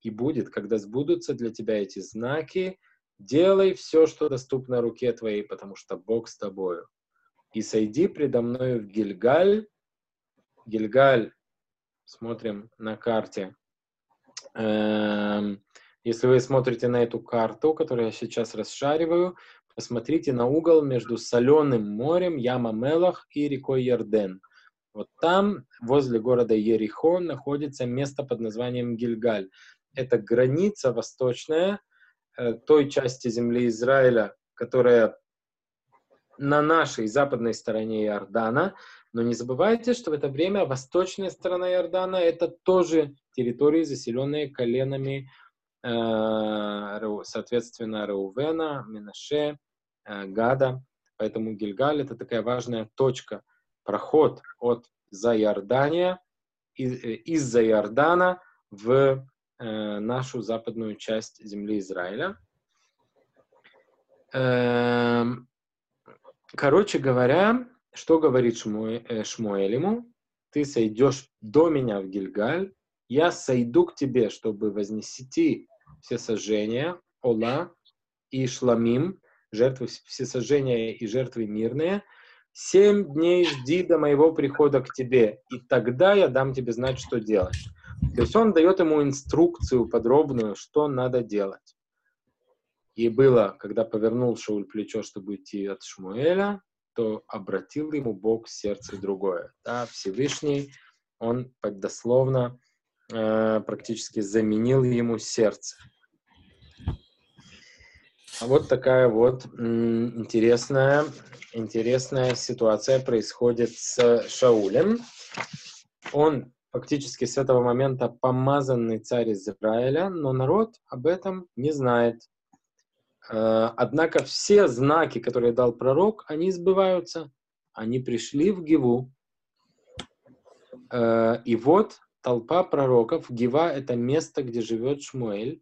И будет, когда сбудутся для тебя эти знаки, делай все, что доступно руке твоей, потому что Бог с тобою. И сойди предо мною в Гильгаль. Гильгаль, смотрим на карте. Эм, если вы смотрите на эту карту, которую я сейчас расшариваю, посмотрите на угол между Соленым морем, Яма-Мелах и рекой Ярден. Вот там, возле города Ерихон, находится место под названием Гильгаль. Это граница восточная э, той части земли Израиля, которая на нашей западной стороне Иордана. Но не забывайте, что в это время восточная сторона Иордана — это тоже территории, заселенные коленами, э, соответственно, Реувена, Менаше, э, Гада. Поэтому Гильгаль — это такая важная точка, проход от Зайордания, из, из-за Иордана в э, нашу западную часть земли Израиля. Эм, короче говоря, что говорит Шмуэ, э, Шмуэль ему? Ты сойдешь до меня в Гильгаль, я сойду к тебе, чтобы вознести все сожжения, Ола и Шламим, жертвы всесожжения и жертвы мирные. Семь дней жди до моего прихода к тебе, и тогда я дам тебе знать, что делать. То есть он дает ему инструкцию подробную, что надо делать. И было, когда повернул Шауль плечо, чтобы идти от Шмуэля, то обратил ему Бог сердце другое. Да, Всевышний, он дословно э, практически заменил ему сердце. А вот такая вот м, интересная, интересная ситуация происходит с Шаулем. Он фактически с этого момента помазанный царь Израиля, но народ об этом не знает. Однако все знаки, которые дал пророк, они сбываются. Они пришли в Гиву. И вот толпа пророков. Гива — это место, где живет Шмуэль.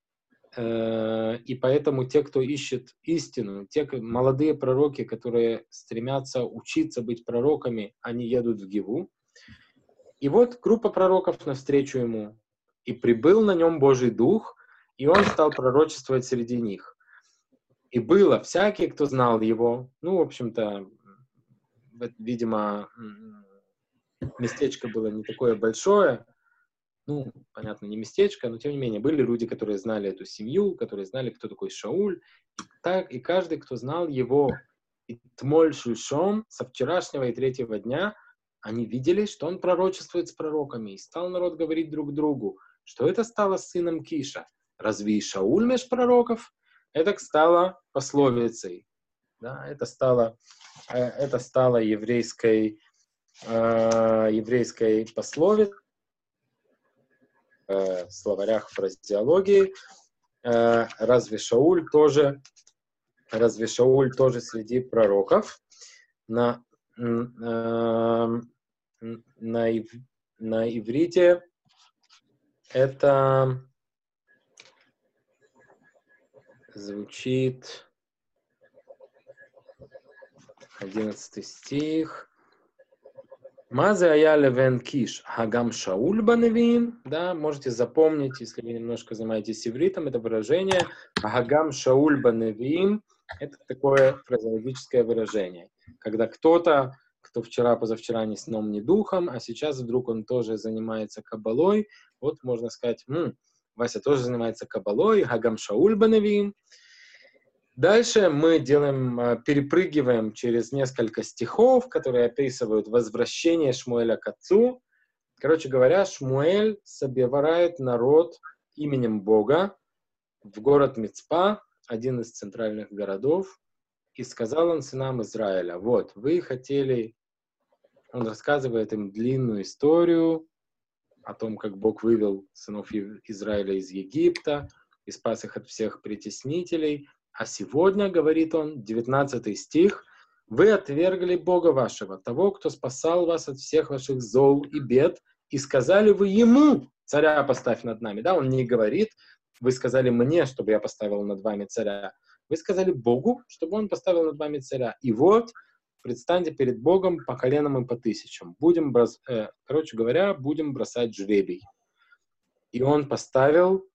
И поэтому те, кто ищет истину, те молодые пророки, которые стремятся учиться быть пророками, они едут в Гиву. И вот группа пророков навстречу ему. И прибыл на нем Божий Дух, и он стал пророчествовать среди них. И было всякий, кто знал его. Ну, в общем-то, видимо, местечко было не такое большое. Ну, понятно, не местечко, но тем не менее, были люди, которые знали эту семью, которые знали, кто такой Шауль. И, так, и каждый, кто знал его, и Тмоль Шульшом, со вчерашнего и третьего дня, они видели, что он пророчествует с пророками. И стал народ говорить друг другу, что это стало сыном Киша. Разве и Шауль меж пророков? Это стало пословицей. Да? Это стало, это стало еврейской, э, еврейской пословицей в словарях фразеологии. Э, разве Шауль тоже, разве Шауль тоже среди пророков? На, э, на, ив, на иврите это звучит одиннадцатый стих. Мазе ая левен киш хагам Шауль баневим. Да, можете запомнить, если вы немножко занимаетесь ивритом, это выражение хагам Шауль баневим. Это такое фразеологическое выражение, когда кто-то, кто вчера, позавчера ни сном, ни духом, а сейчас вдруг он тоже занимается кабалой. Вот можно сказать, М, Вася тоже занимается кабалой, хагам Шауль баневим. Дальше мы делаем, перепрыгиваем через несколько стихов, которые описывают возвращение Шмуэля к отцу. Короче говоря, Шмуэль собирает народ именем Бога в город Мицпа, один из центральных городов, и сказал он сынам Израиля: вот, вы хотели... Он рассказывает им длинную историю о том, как Бог вывел сынов Израиля из Египта и спас их от всех притеснителей. А сегодня, говорит он, девятнадцатый стих, вы отвергли Бога вашего, того, кто спасал вас от всех ваших зол и бед, и сказали вы ему: царя поставь над нами. Да, он не говорит, вы сказали мне, чтобы я поставил над вами царя. Вы сказали Богу, чтобы он поставил над вами царя. И вот, предстаньте перед Богом по коленам и по тысячам. Будем, брос... э, короче говоря, будем бросать жребий. И он поставил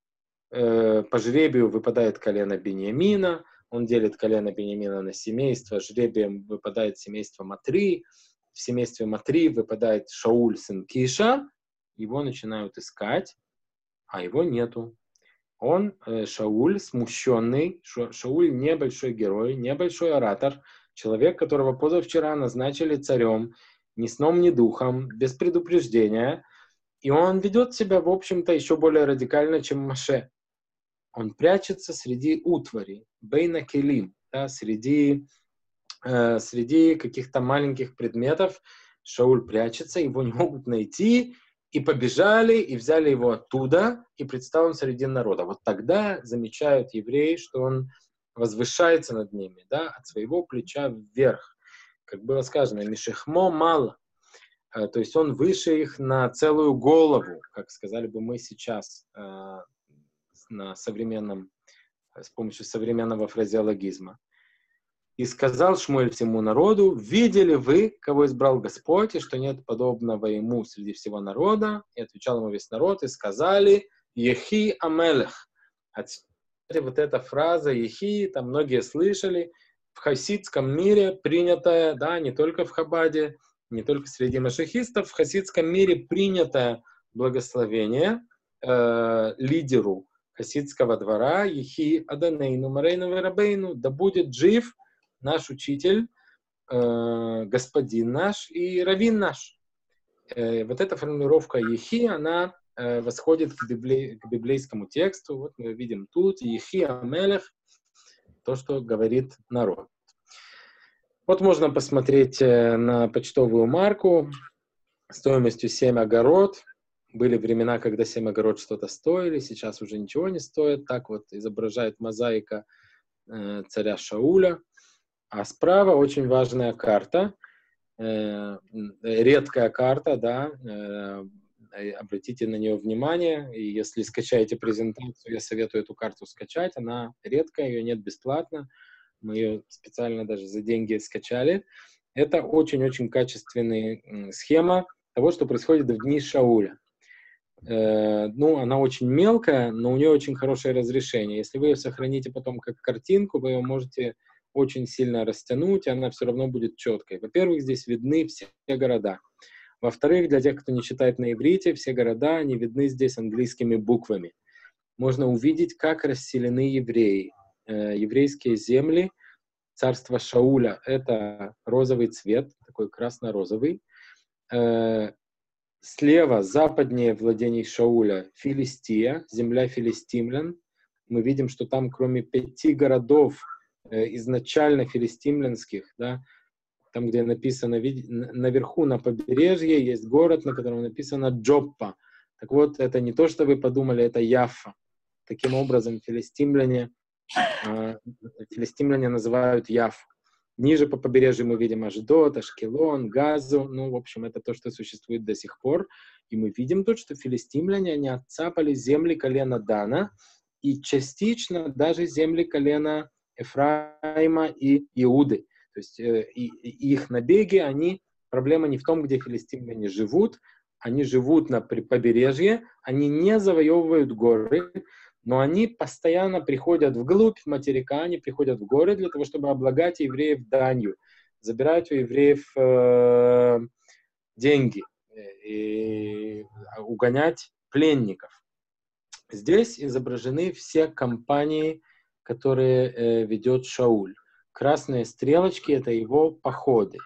э, по жребию выпадает колено Беньямина, он делит колено Беньямина на семейство, жребием выпадает семейство Матри, в семействе Матри выпадает Шауль, сын Киша, его начинают искать, а его нету. Он, э, Шауль, смущенный, Ша- Шауль небольшой герой, небольшой оратор, человек, которого позавчера назначили царем, ни сном, ни духом, без предупреждения, и он ведет себя, в общем-то, еще более радикально, чем Моше. Он прячется среди утвари, бейна келим, да, среди, э, среди каких-то маленьких предметов. Шауль прячется, его не могут найти, и побежали, и взяли его оттуда, и представил среди народа. Вот тогда замечают евреи, что он возвышается над ними, да, от своего плеча вверх. Как было сказано, мишехмо мало. Э, То есть он выше их на целую голову, как сказали бы мы сейчас э, на современном, с помощью современного фразеологизма. И сказал Шмуэль всему народу: видели вы, кого избрал Господь, и что нет подобного ему среди всего народа? И отвечал ему весь народ, и сказали: Ехи Амелех. Отсюда вот эта фраза Ехи, там многие слышали, в хасидском мире принятая, да, не только в Хабаде, не только среди машахистов, в хасидском мире принятое благословение э, лидеру хасидского двора Ехи Аданейну Марейну Верабейну, да будет жив наш учитель, э, господин наш и раввин наш. Э, вот эта формулировка Ехи, она э, восходит к, библей, к библейскому тексту. Вот мы видим тут Ехи Амелех, то, что говорит народ. Вот можно посмотреть э, на почтовую марку стоимостью семь огород. Были времена, когда семь огород что-то стоили, сейчас уже ничего не стоит. Так вот изображает мозаика э, царя Шауля. А справа очень важная карта, э, редкая карта, да, э, обратите на нее внимание, и если скачаете презентацию, я советую эту карту скачать, она редкая, ее нет бесплатно, мы ее специально даже за деньги скачали. Это очень-очень качественная м, схема того, что происходит в дни Шауля. Э, ну, она очень мелкая, но у нее очень хорошее разрешение. Если вы ее сохраните потом как картинку, вы ее можете очень сильно растянуть, и она все равно будет четкой. Во-первых, здесь видны все города. Во-вторых, для тех, кто не читает на иврите, все города, они видны здесь английскими буквами. Можно увидеть, как расселены евреи. Э, еврейские земли, царство Шауля — это розовый цвет, такой красно-розовый. Э, Слева, западнее владений Шауля, Филистия, земля филистимлян. Мы видим, что там, кроме пяти городов э, изначально филистимлянских, да, там, где написано, наверху на побережье есть город, на котором написано Джоппа. Так вот, это не то, что вы подумали, это Яффа. Таким образом, филистимляне, э, филистимляне называют Яффу. Ниже по побережью мы видим Ашдод, Ашкелон, Газу. Ну, в общем, это то, что существует до сих пор. И мы видим тут, что филистимляне, они отцапали земли колена Дана и частично даже земли колена Эфраима и Иуды. То есть э, и, и их набеги, они, проблема не в том, где филистимляне живут, они живут на побережье, они не завоевывают горы, но они постоянно приходят вглубь материка, они приходят в горы для того, чтобы облагать евреев данью, забирать у евреев э, деньги и угонять пленников. Здесь изображены все кампании, которые э, ведет Шауль. Красные стрелочки — это его походы.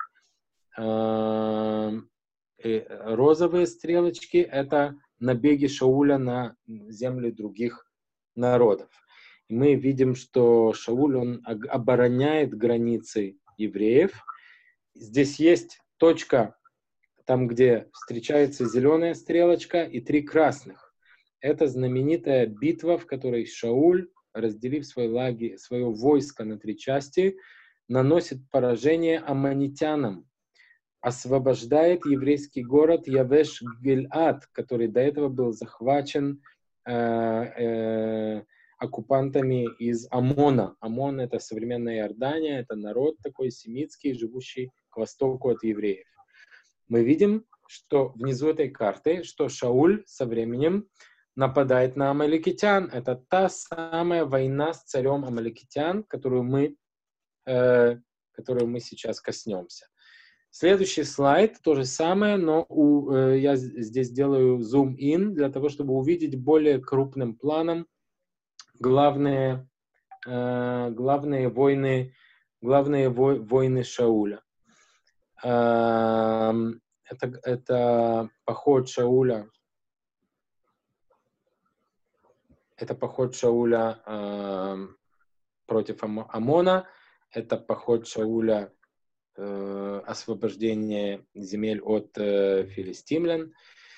Э, э, розовые стрелочки — это набеги Шауля на земли других народов. И мы видим, что Шауль, он обороняет границы евреев. Здесь есть точка, там, где встречается зеленая стрелочка и три красных. Это знаменитая битва, в которой Шауль, разделив свой лагерь, свое войско на три части, наносит поражение аммонитянам, освобождает еврейский город Явеш-Гильад, который до этого был захвачен э, э, оккупантами из Амона. Амон — это современная Иордания, это народ такой семитский, живущий к востоку от евреев. Мы видим, что внизу этой карты, что Шауль со временем нападает на амаликитян. Это та самая война с царем амаликитян, которую мы, э, которую мы сейчас коснемся. Следующий слайд, то же самое, но у, э, я здесь делаю зум-ин для того, чтобы увидеть более крупным планом главные, э, главные войны, главные вой, войны Шауля. Э, это, это поход Шауля, это поход Шауля э, против Амона, это поход Шауля, э, освобождение земель от э, филистимлян.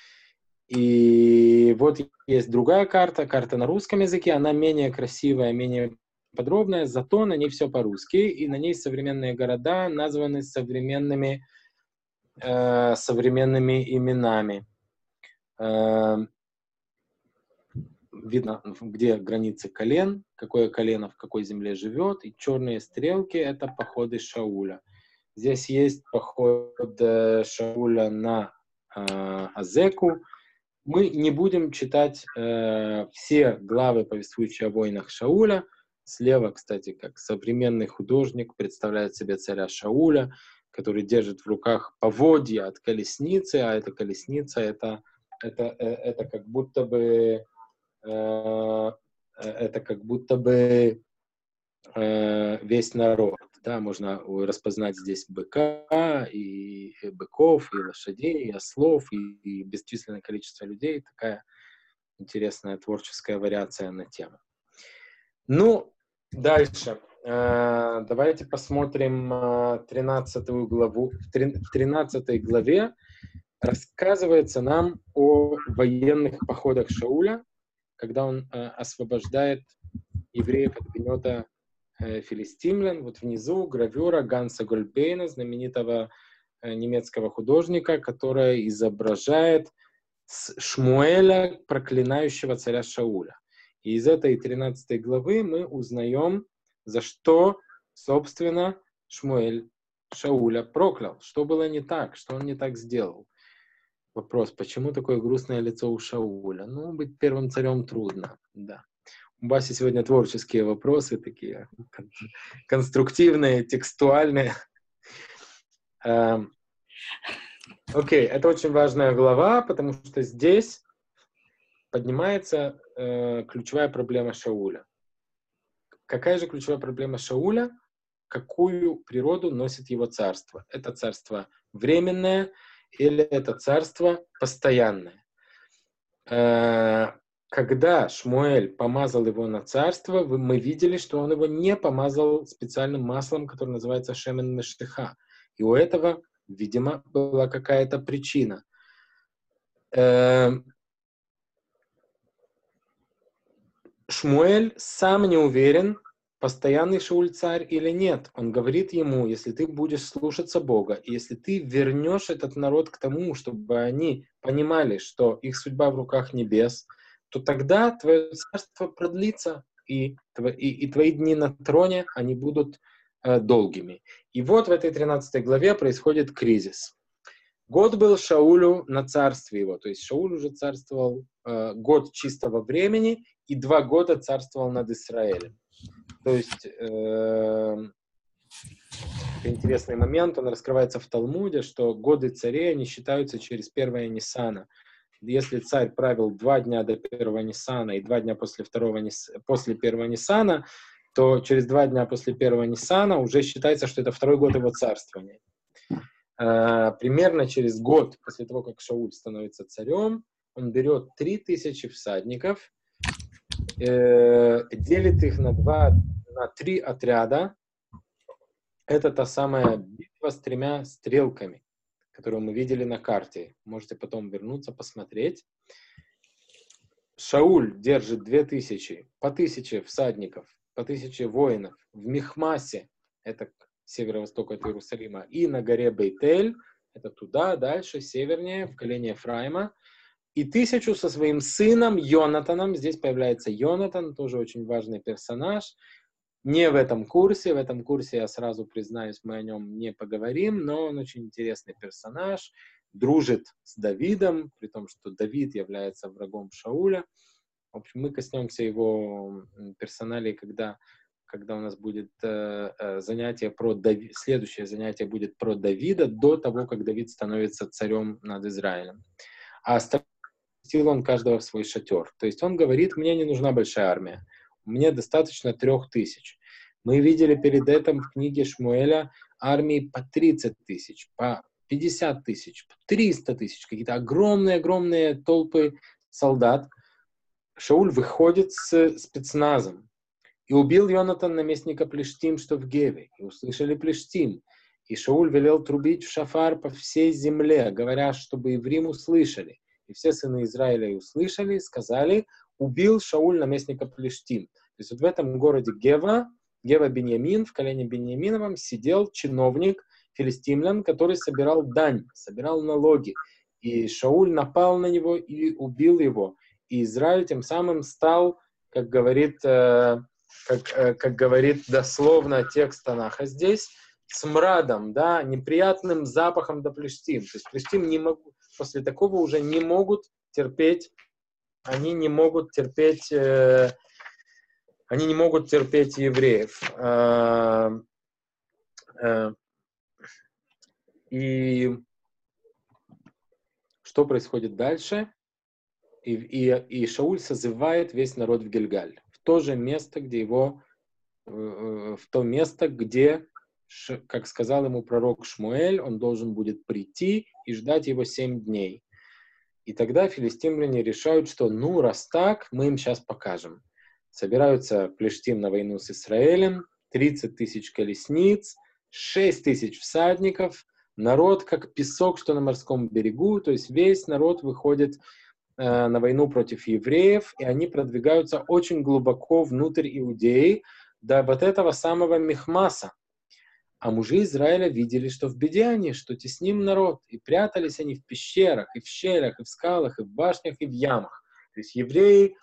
И вот есть другая карта, карта на русском языке, она менее красивая, менее подробная, зато на ней все по-русски, и на ней современные города названы современными, э, современными именами. Э, видно, где границы колен, какое колено в какой земле живет, и черные стрелки — это походы Шауля. Здесь есть поход Шауля на э, Азеку. Мы не будем читать э, все главы, повествующие о войнах Шауля. Слева, кстати, как современный художник представляет себе царя Шауля, который держит в руках поводья от колесницы, а эта колесница — это, это, это как будто бы э, это как будто бы э, весь народ. Да, можно распознать здесь быка, и быков, и лошадей, и ослов, и, и бесчисленное количество людей. Такая интересная творческая вариация на тему. Ну, дальше. Э, давайте посмотрим тринадцатую главу. В тринадцатой главе рассказывается нам о военных походах Шауля, когда он э, освобождает евреев от гнета филистимлян. Вот внизу гравюра Ганса Гольбейна, знаменитого э, немецкого художника, которая изображает Шмуэля, проклинающего царя Шауля. И из этой тринадцатой главы мы узнаем, за что, собственно, Шмуэль Шауля проклял. Что было не так, что он не так сделал. Вопрос, почему такое грустное лицо у Шауля? Ну, быть первым царем трудно, да. У Баси сегодня творческие вопросы, такие конструктивные, текстуальные. Окей, okay, это очень важная глава, потому что здесь поднимается э, ключевая проблема Шауля. Какая же ключевая проблема Шауля? Какую природу носит его царство? Это царство временное или это царство постоянное? Э, Когда Шмуэль помазал его на царство, мы видели, что он его не помазал специальным маслом, которое называется шемен мешиха. И у этого, видимо, была какая-то причина. Шмуэль сам не уверен, постоянный Шауль царь или нет. Он говорит ему, если ты будешь слушаться Бога, и если ты вернешь этот народ к тому, чтобы они понимали, что их судьба в руках небес, то тогда твое царство продлится, и, и, и твои дни на троне, они будут э, долгими. И вот в этой тринадцатой главе происходит кризис. Год был Шаулю на царстве его, то есть Шауль уже царствовал э, год чистого времени и два года царствовал над Израилем. То есть э, интересный момент, он раскрывается в Талмуде, что годы царей, они считаются через первое Ниссана. Если царь правил два дня до первого Ниссана и два дня после, второго, после первого Ниссана, то через два дня после первого Ниссана уже считается, что это второй год его царствования. Uh, примерно через год после того, как Шауль становится царем, он берет три тысячи всадников, э, делит их на, два, на три отряда. Это та самая битва с тремя стрелками, которую мы видели на карте. Можете потом вернуться, посмотреть. Шауль держит две тысячи, по тысяче всадников, по тысяче воинов в Михмасе, это северо-восток от Иерусалима, и на горе Бейтель, это туда, дальше, севернее, в колене Ефраима, и тысячу со своим сыном Йонатаном. Здесь появляется Йонатан, тоже очень важный персонаж. Не в этом курсе, в этом курсе, я сразу признаюсь, мы о нем не поговорим, но он очень интересный персонаж, дружит с Давидом, при том, что Давид является врагом Шауля. В общем, мы коснемся его персоналей, когда, когда у нас будет э, э, занятие про Дави... следующее занятие будет про Давида до того, как Давид становится царем над Израилем. А оставил он каждого в свой шатер. То есть он говорит, мне не нужна большая армия, мне достаточно трех тысяч. Мы видели перед этим в книге Шмуэля армии по тридцать тысяч, по пятьдесят тысяч, по триста тысяч, какие-то огромные-огромные толпы солдат. Шауль выходит с спецназом. И убил Йонатан наместника Плештим, что в Геве. И услышали Плештим. И Шауль велел трубить в шафар по всей земле, говоря, чтобы евреи услышали. И все сыны Израиля и услышали, сказали, убил Шауль наместника Плештим. То есть вот в этом городе Гева, Гева Беньямин, в колене Беньяминовом сидел чиновник филистимлян, который собирал дань, собирал налоги. И Шауль напал на него и убил его. И Израиль тем самым стал, как говорит, э, как, э, как говорит дословно текст Танаха здесь, смрадом, да, неприятным запахом до Плештим. То есть Плештим не могут, после такого уже не могут терпеть, они не могут терпеть, э, они не могут терпеть евреев. Э, э, и что происходит дальше? И, и, и Шауль созывает весь народ в Гильгаль, в то же место, где его, в то место, где, как сказал ему пророк Шмуэль, он должен будет прийти и ждать его семь дней. И тогда филистимляне решают, что ну, раз так, мы им сейчас покажем. Собираются Плештим на войну с Израилем, тридцать тысяч колесниц, шесть тысяч всадников, народ как песок, что на морском берегу, то есть весь народ выходит э, на войну против евреев, и они продвигаются очень глубоко внутрь Иудеи, до вот этого самого Михмаса. А мужи Израиля видели, что в беде они, что тесним народ, и прятались они в пещерах, и в щелях, и в скалах, и в башнях, и в ямах. То есть евреи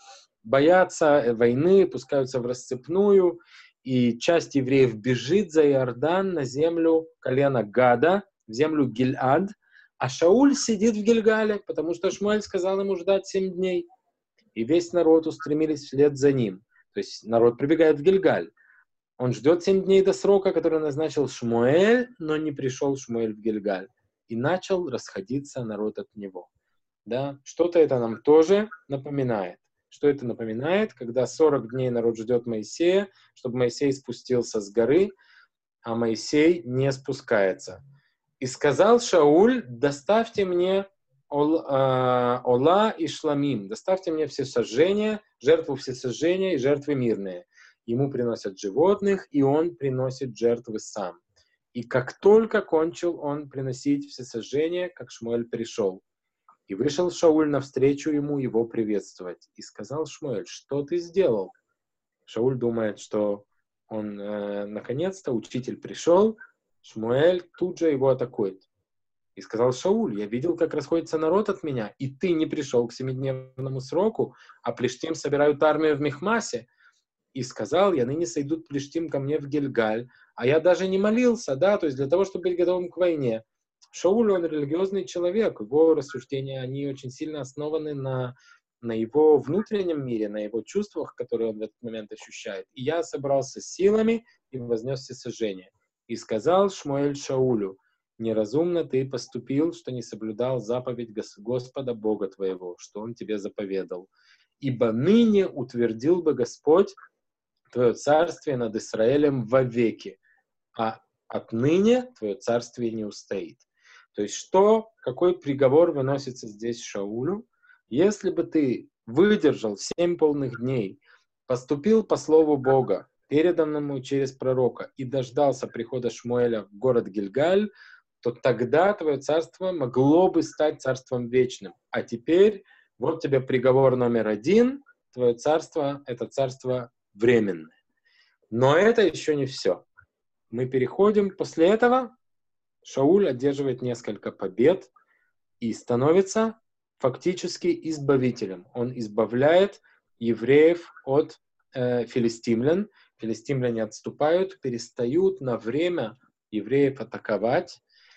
боятся войны, пускаются в рассыпную, и часть евреев бежит за Иордан на землю колена Гада, в землю Гильад, а Шауль сидит в Гильгале, потому что Шмуэль сказал ему ждать семь дней. И весь народ устремились вслед за ним. То есть народ прибегает в Гильгаль. Он ждет семь дней до срока, который назначил Шмуэль, но не пришел Шмуэль в Гильгаль. И начал расходиться народ от него. Да? Что-то это нам тоже напоминает. Что это напоминает? Когда сорок дней народ ждет Моисея, чтобы Моисей спустился с горы, а Моисей не спускается. И сказал Шауль, доставьте мне ол, э, ола и шламим, доставьте мне все сожжения, жертву всесожжения и жертвы мирные. Ему приносят животных, и он приносит жертвы сам. И как только кончил он приносить всесожжения, как Шмуэль пришел. И вышел Шауль навстречу ему его приветствовать. И сказал Шмуэль, что ты сделал? Шауль думает, что он, э, наконец-то, учитель пришел, Шмуэль тут же его атакует. И сказал Шауль, я видел, как расходится народ от меня, и ты не пришел к семидневному сроку, а Плештим собирают армию в Михмасе. И сказал, я ныне сойдут Плештим ко мне в Гильгаль, а я даже не молился, да, то есть для того, чтобы быть готовым к войне. Шауль, он религиозный человек, его рассуждения, они очень сильно основаны на, на его внутреннем мире, на его чувствах, которые он в этот момент ощущает. И я собрался с силами и вознес всесожжение. И сказал Шмуэль Шаулю, неразумно ты поступил, что не соблюдал заповедь Господа Бога твоего, что он тебе заповедал. Ибо ныне утвердил бы Господь твое царствие над Израилем вовеки, а отныне твое царствие не устоит. То есть что, какой приговор выносится здесь Шаулю? Если бы ты выдержал семь полных дней, поступил по слову Бога, переданному через пророка, и дождался прихода Шмуэля в город Гильгаль, то тогда твое царство могло бы стать царством вечным. А теперь вот тебе приговор номер один, твое царство — это царство временное. Но это еще не все. Мы переходим после этого. Шауль одерживает несколько побед и становится фактически избавителем. Он избавляет евреев от э, филистимлян. филистимляне отступают, перестают на время евреев атаковать.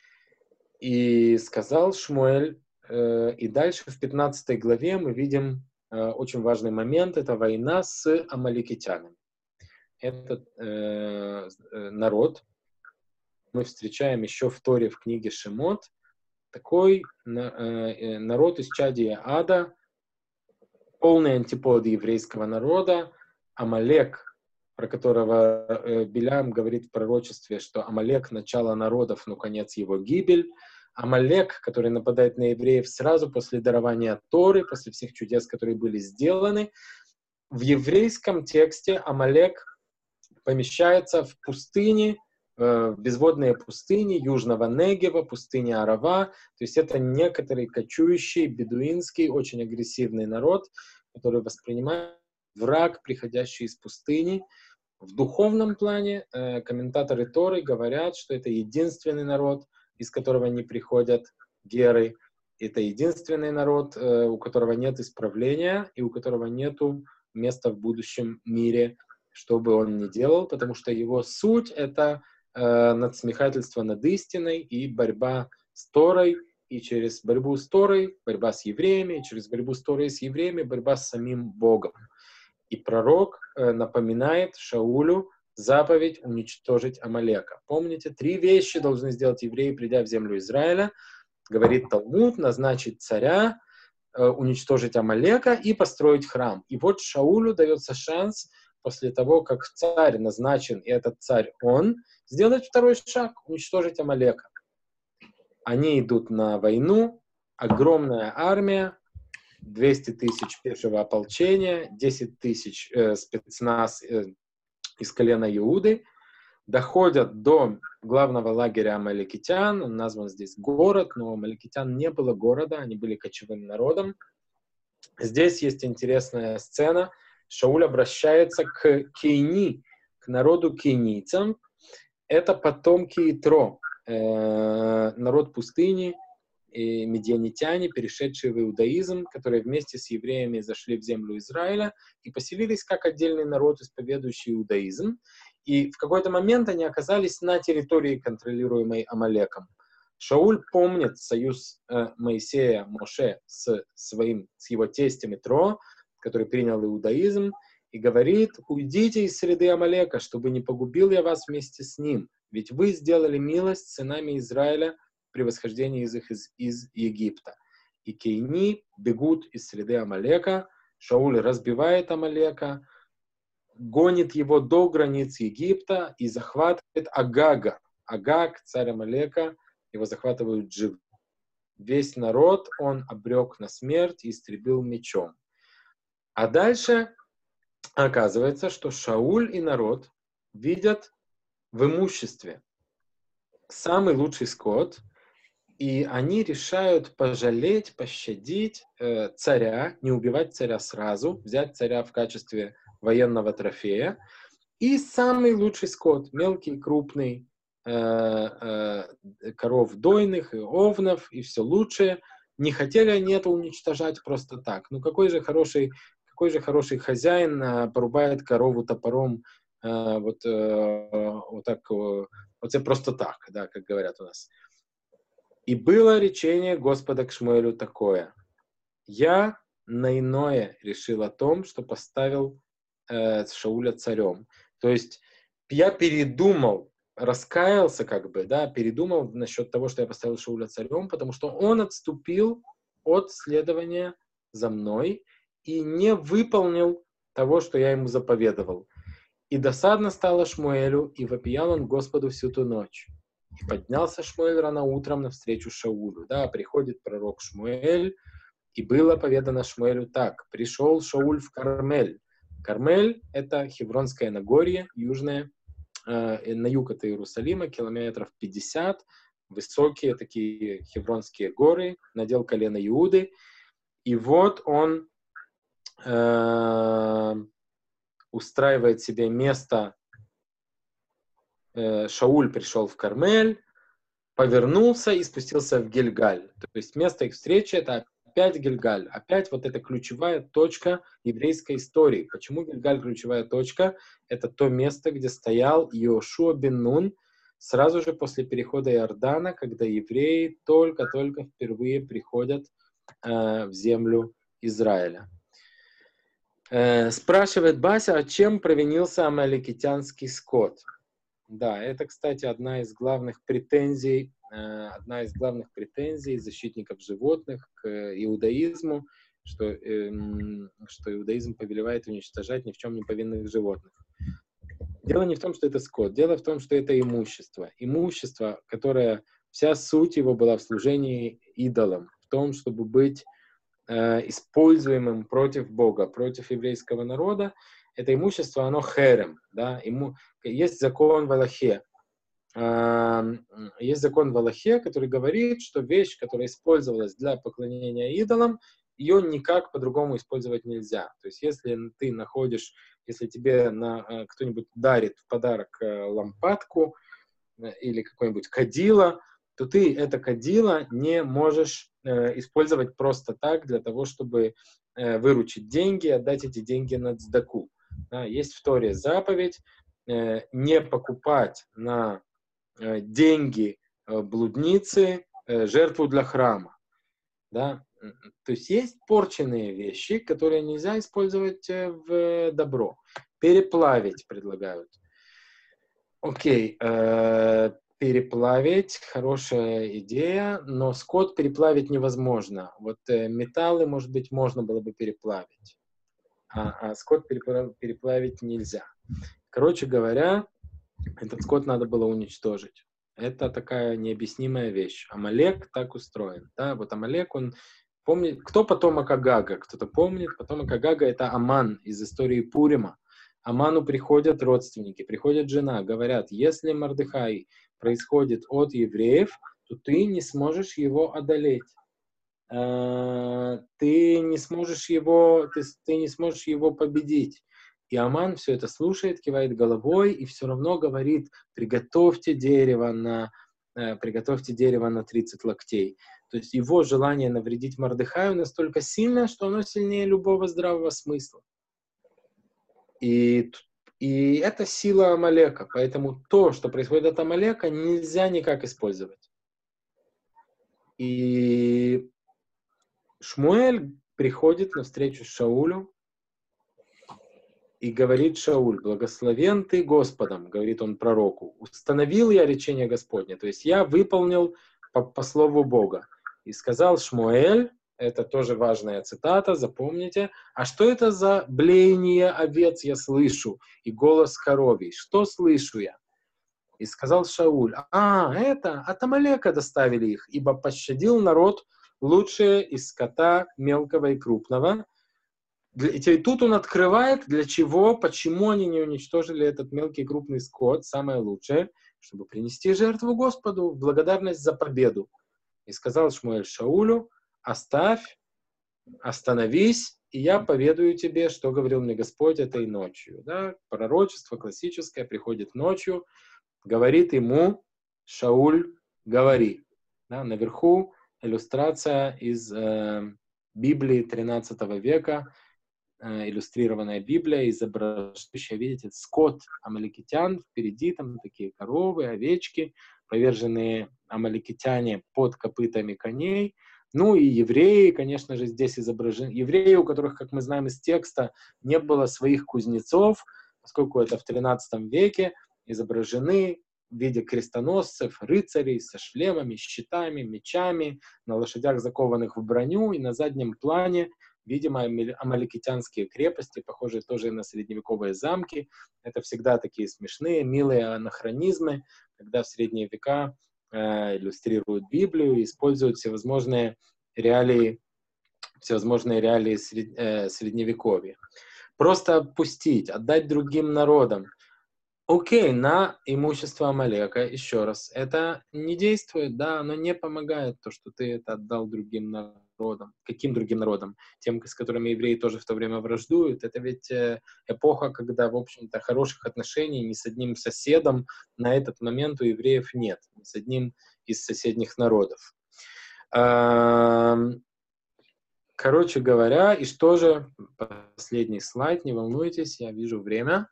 И сказал Шмуэль, э, и дальше в пятнадцатой главе мы видим э, очень важный момент, это война с амаликитянами. Этот э, народ мы встречаем еще в Торе в книге Шемот, такой э, народ из чадия ада, полный антипод еврейского народа, Амалек, про которого э, Билям говорит в пророчестве, что Амалек — начало народов, но конец его гибель. Амалек, который нападает на евреев сразу после дарования Торы, после всех чудес, которые были сделаны. В еврейском тексте Амалек помещается в пустыне, э, в безводные пустыни южного Негева, пустыни Арава. То есть это некоторый кочующий, бедуинский, очень агрессивный народ, который воспринимает враг, приходящий из пустыни. В духовном плане э, комментаторы Торы говорят, что это единственный народ, из которого не приходят геры. Это единственный народ, э, у которого нет исправления и у которого нет места в будущем мире, что бы он ни делал, потому что его суть — это э, надсмехательство над истиной и борьба с Торой, и через борьбу с Торой борьба с евреями, и через борьбу с Торой и с евреями борьба с самим Богом. И пророк э, напоминает Шаулю заповедь уничтожить Амалека. Помните, три вещи должны сделать евреи, придя в землю Израиля. Говорит Талмуд: назначить царя, э, уничтожить Амалека и построить храм. И вот Шаулю дается шанс, после того, как царь назначен, и этот царь он, сделать второй шаг, уничтожить Амалека. Они идут на войну, огромная армия, двести тысяч пешего ополчения, десять тысяч э, спецназ э, из колена Иуды, доходят до главного лагеря амаликитян. Он назван здесь город, но у амаликитян не было города, они были кочевым народом. Здесь есть интересная сцена. Шауль обращается к Кейни, к народу кейнийцам. Это потомки Итро, э, народ пустыни, и медианитяне, перешедшие в иудаизм, которые вместе с евреями зашли в землю Израиля и поселились как отдельный народ, исповедующий иудаизм. И в какой-то момент они оказались на территории, контролируемой Амалеком. Шауль помнит союз э, Моисея, Моше, с, своим, с его тестем Итро, который принял иудаизм, и говорит: уйдите из среды Амалека, чтобы не погубил я вас вместе с ним, ведь вы сделали милость сынами Израиля при восхождении из их из, из Египта. И кейни бегут из среды Амалека, Шауль разбивает Амалека, гонит его до границ Египта и захватывает Агага. Агаг, царь Амалека, его захватывают живым. Весь народ он обрек на смерть и истребил мечом. А дальше оказывается, что Шауль и народ видят в имуществе самый лучший скот, и они решают пожалеть, пощадить э, царя, не убивать царя сразу, взять царя в качестве военного трофея, и самый лучший скот, мелкий, крупный, э, э, коров дойных и овнов, и все лучшее. Не хотели они это уничтожать просто так. Ну какой же хороший, какой же хороший хозяин э, порубает корову топором э, вот, э, вот так, э, вот просто так, да, как говорят у нас. И было речение Господа к Шмуэлю такое: я на иное решил о том, что поставил э, Шауля царем. То есть я передумал, раскаялся как бы, да, передумал насчет того, что я поставил Шауля царем, потому что он отступил от следования за мной и не выполнил того, что я ему заповедовал. И досадно стало Шмуэлю, и вопиял он Господу всю ту ночь. И поднялся Шмуэль рано утром навстречу Шаулю. Да, приходит пророк Шмуэль, и было поведано Шмуэлю так: пришел Шауль в Кармель. Кармель — это Хевронское Нагорье, южное, э, на юг от Иерусалима, километров пятьдесят, высокие такие Хевронские горы, надел колено Иуды. И вот он э, устраивает себе место. Шауль пришел в Кармель, повернулся и спустился в Гильгаль. То есть место их встречи — это Опять Гильгаль, опять вот эта ключевая точка еврейской истории. Почему Гильгаль ключевая точка? Это то место, где стоял Йошуа бен Нун сразу же после перехода Иордана, когда евреи только-только впервые приходят э, в землю Израиля. Э, спрашивает Бася, а чем провинился амаликитянский скот? Да, это, кстати, одна из главных претензий, э, одна из главных претензий защитников животных к иудаизму, что, эм, что иудаизм повелевает уничтожать ни в чем не повинных животных. Дело не в том, что это скот, дело в том, что это имущество. Имущество, которое, вся суть его была в служении идолам, в том, чтобы быть э, используемым против Бога, против еврейского народа. Это имущество, оно херем, да, ему, есть закон в Алахе, э, есть закон в Алахе, который говорит, что вещь, которая использовалась для поклонения идолам, ее никак по-другому использовать нельзя. То есть, если ты находишь, если тебе на, э, кто-нибудь дарит в подарок э, лампадку э, или какое-нибудь кадило, то ты это кадило не можешь э, использовать просто так для того, чтобы э, выручить деньги, отдать эти деньги на цдаку. Да, есть в Торе заповедь э, не покупать на э, деньги э, блудницы э, жертву для храма. Да? То есть есть порченные вещи, которые нельзя использовать э, в добро. Переплавить предлагают. Окей, э, переплавить, хорошая идея, но скот переплавить невозможно. Вот э, металлы, может быть, можно было бы переплавить, а, а скот переплавить, переплавить нельзя. Короче говоря, этот скот надо было уничтожить. Это такая необъяснимая вещь. Амалек так устроен. Да? Вот Амалек, он помнит... Кто потомок Агага? Кто-то помнит? Потомок Агага — это Аман из истории Пурима. Аману приходят родственники, приходит жена, говорят, если Мордехай происходит от евреев, то ты не сможешь его одолеть. Ты не сможешь его, ты, ты не сможешь его победить. И Аман все это слушает, кивает головой и все равно говорит: приготовьте дерево на, э, приготовьте дерево на тридцать локтей. То есть его желание навредить Мордехаю настолько сильно, что оно сильнее любого здравого смысла. И, и это сила Амалека. Поэтому то, что происходит от Амалека, нельзя никак использовать. И Шмуэль приходит на встречу с Шаулю и говорит Шауль: благословен ты Господом, говорит он пророку, установил я речение Господне, то есть я выполнил по, по слову Бога. И сказал Шмуэль, это тоже важная цитата, запомните, а что это за блеяние овец я слышу и голос коровий? Что слышу я? И сказал Шауль: а, это от Амалека доставили их, ибо пощадил народ лучшее из скота мелкого и крупного. И тут он открывает, для чего, почему они не уничтожили этот мелкий и крупный скот, самое лучшее, чтобы принести жертву Господу в благодарность за победу. И сказал Шмуэль Шаулю: оставь, остановись, и я поведаю тебе, что говорил мне Господь этой ночью. Да? Пророчество классическое приходит ночью, говорит ему Шауль: говори. Да? Наверху иллюстрация из э, Библии тринадцатого века, э, иллюстрированная Библия, изображающая, видите, скот амаликитян, впереди там такие коровы, овечки, поверженные амаликитяне под копытами коней. Ну и евреи, конечно же, здесь изображены. Евреи, у которых, как мы знаем из текста, не было своих кузнецов, поскольку это в тринадцатом веке, изображены в виде крестоносцев, рыцарей со шлемами, щитами, мечами, на лошадях, закованных в броню, и на заднем плане, видимо, амаликитянские крепости, похожие тоже на средневековые замки. Это всегда такие смешные, милые анахронизмы, когда в средние века э, иллюстрируют Библию и используют всевозможные реалии, всевозможные реалии сред, э, средневековья. Просто отпустить, отдать другим народам. Окей, на имущество Амалека, еще раз, это не действует, да, оно не помогает, то, что ты это отдал другим народам. Каким другим народам? Тем, с которыми евреи тоже в то время враждуют. Это ведь эпоха, когда, в общем-то, хороших отношений ни с одним соседом на этот момент у евреев нет, ни с одним из соседних народов. короче говоря, и что же, последний слайд, не волнуйтесь, я вижу время.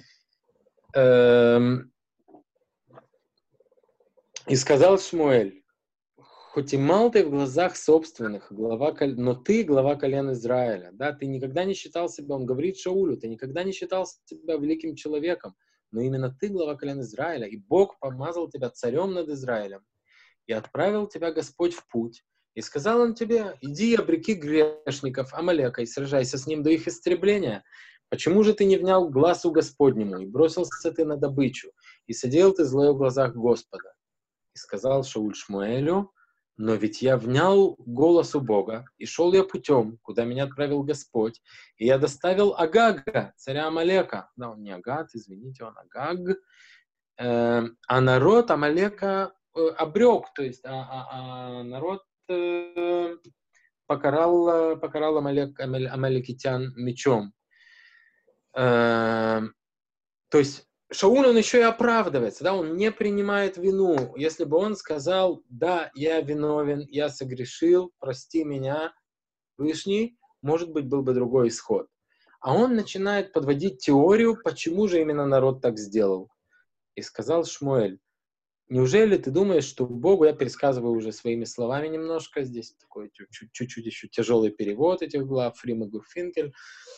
Эм, и сказал Шмуэль: хоть и мал ты в глазах собственных, глава, но ты глава колен Израиля, да, ты никогда не считал себя, он говорит Шаулю, ты никогда не считал себя великим человеком, но именно ты глава колен Израиля, и Бог помазал тебя царем над Израилем, и отправил тебя Господь в путь, и сказал он тебе: иди обреки грешников Амалека и сражайся с ним до их истребления. Почему же ты не внял глазу Господнему, и бросился ты на добычу, и сидел ты злой в глазах Господа? И сказал Шауль Шмуэлю: но ведь я внял голосу Бога, и шел я путем, куда меня отправил Господь, и я доставил Агага, царя Амалека. Да, он не Агат, извините, он Агаг. Э, а народ Амалека э, обрек, то есть а, а, а народ э, покарал, покарал Амалек, Амаль, амалекитян мечом. Э, то есть Шауль, он еще и оправдывается, да, он не принимает вину. Если бы он сказал: да, я виновен, я согрешил, прости меня, Вышний, может быть, был бы другой исход. А он начинает подводить теорию, почему же именно народ так сделал. И сказал Шмуэль: неужели ты думаешь, что Богу, я пересказываю уже своими словами немножко, здесь такой чуть-чуть еще тяжелый перевод этих глав, Фрима Гурфинкель,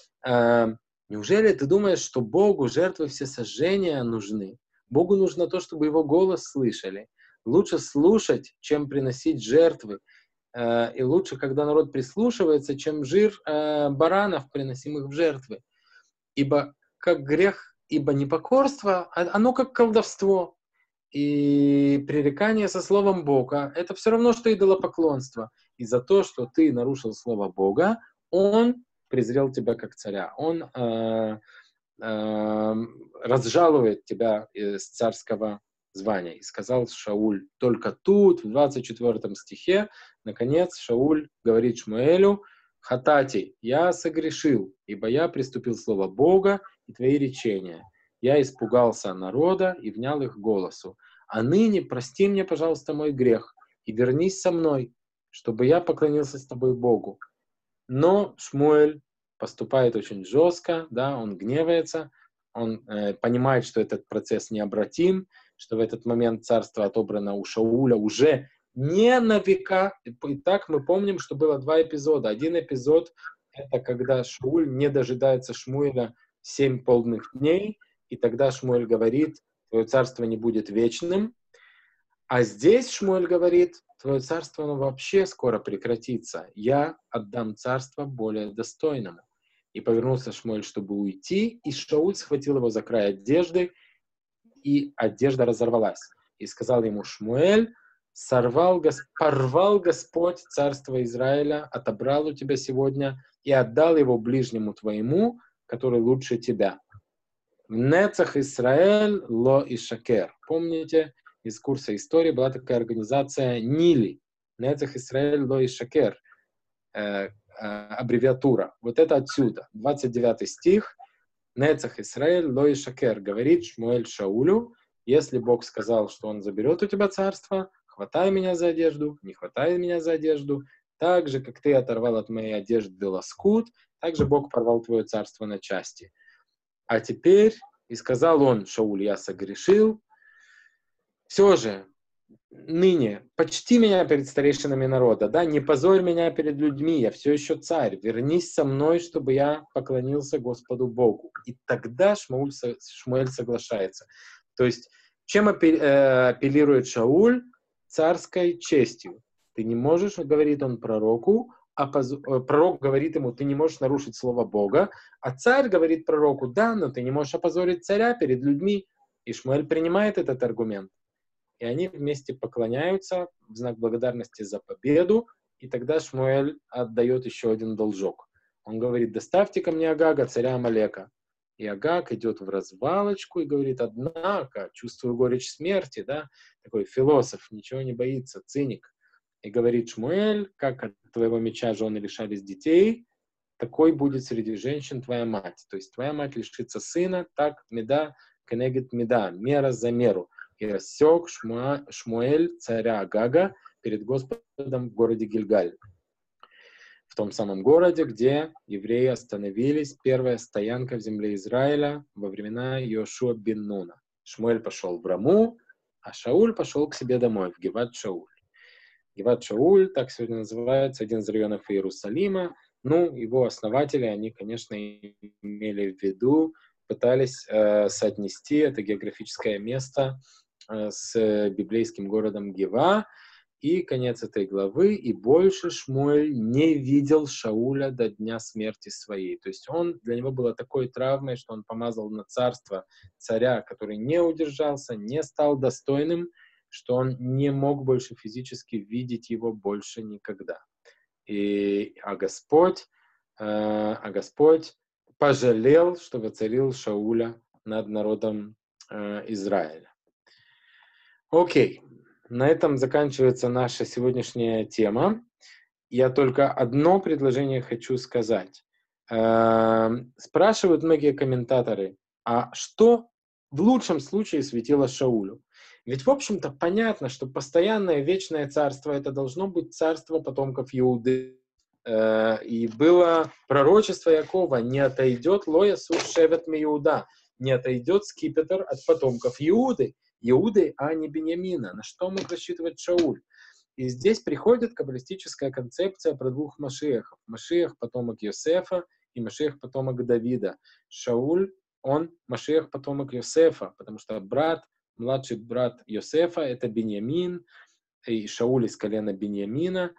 неужели ты думаешь, что Богу жертвы всесожжения нужны? Богу нужно то, чтобы его голос слышали. Лучше слушать, чем приносить жертвы. И лучше, когда народ прислушивается, чем жир баранов, приносимых в жертвы. Ибо как грех, ибо непокорство, оно как колдовство. И пререкание со словом Бога — это все равно, что идолопоклонство. И за то, что ты нарушил слово Бога, он презрел тебя как царя. Он э, э, разжалует тебя из царского звания. И сказал Шауль: только тут, в двадцать четвёртом стихе, наконец Шауль говорит Шмуэлю: «Хатати, я согрешил, ибо я приступил слово Бога и твои речения. Я испугался народа и внял их голосу. А ныне прости мне, пожалуйста, мой грех и вернись со мной, чтобы я поклонился с тобой Богу». Но Шмуэль поступает очень жестко, да, он гневается, он э, понимает, что этот процесс необратим, что в этот момент царство отобрано у Шауля уже не на века. И так мы помним, что было два эпизода. Один эпизод — это когда Шауль не дожидается Шмуэля семь полных дней, и тогда Шмуэль говорит: твое царство не будет вечным. А здесь Шмуэль говорит: твое царство, оно вообще скоро прекратится. Я отдам царство более достойному. И повернулся Шмуэль, чтобы уйти, и Шауль схватил его за край одежды, и одежда разорвалась. И сказал ему Шмуэль: сорвал, порвал Господь царство Израиля, отобрал у тебя сегодня и отдал его ближнему твоему, который лучше тебя. Нецах Исраэль ло ишакер. Помните, из курса истории была такая организация Нили. Нецах Исраэль ло ишакер. Э, э, аббревиатура. Вот это отсюда. двадцать девятый стих. Нецах Исраэль ло ишакер. Говорит Шмуэль Шаулю: если Бог сказал, что он заберет у тебя царство, хватай меня за одежду, не хватай меня за одежду. Так же, как ты оторвал от моей одежды лоскут, так же Бог порвал твое царство на части. А теперь, и сказал он, Шауль: я согрешил, все же, ныне почти меня перед старейшинами народа, да, не позорь меня перед людьми, я все еще царь, вернись со мной, чтобы я поклонился Господу Богу. И тогда Шмуэль, Шмуэль соглашается. То есть, чем апеллирует Шауль? Царской честью. Ты не можешь, говорит он пророку, а пророк говорит ему: ты не можешь нарушить слово Бога, а царь говорит пророку: да, но ты не можешь опозорить царя перед людьми. И Шмуэль принимает этот аргумент. И они вместе поклоняются в знак благодарности за победу, и тогда Шмуэль отдает еще один должок. Он говорит: доставьте ко мне Агага, царя Амалека. И Агаг идет в развалочку и говорит: однако, чувствую горечь смерти, да, такой философ, ничего не боится, циник. И говорит Шмуэль: как от твоего меча жены лишались детей, такой будет среди женщин твоя мать. То есть твоя мать лишится сына, так меда кенегет меда, мера за меру. И рассек Шмуа, Шмуэль царя Агага перед Господом в городе Гильгаль. в том самом городе, где евреи остановились, первая стоянка в земле Израиля во времена Йошуа бен Нуна. Шмуэль пошел в Раму, а Шауль пошел к себе домой, в Геват-Шауль. Геват-Шауль, так сегодня называется, один из районов Иерусалима. Ну, его основатели, они, конечно, имели в виду, пытались э, соотнести это географическое место э, с библейским городом Гева. И конец этой главы. И больше Шмуэль не видел Шауля до дня смерти своей. То есть он, для него было такой травмой, что он помазал на царство царя, который не удержался, не стал достойным, что он не мог больше физически видеть его больше никогда. И, а Господь, э, а Господь пожалел, что воцарил Шауля над народом э, Израиля. Окей. На этом заканчивается наша сегодняшняя тема. Я только одно предложение хочу сказать. Эм, Спрашивают многие комментаторы, а что в лучшем случае светило Шаулю? Ведь, в общем-то, понятно, что постоянное вечное царство — это должно быть царство потомков Иуды. Э, И было пророчество Якова: не отойдет Лоя суд шевет Иуда, не отойдет скипетр от потомков Иуды. Иуды, а не Беньямина. На что мог рассчитывать Шауль? И здесь приходит каббалистическая концепция про двух Машиахов. Машиах — потомок Йосефа, и Машиах — потомок Давида. Шауль, он Машиах — потомок Йосефа, потому что брат, младший брат Йосефа — это Беньямин, и Шауль из колена Беньямина.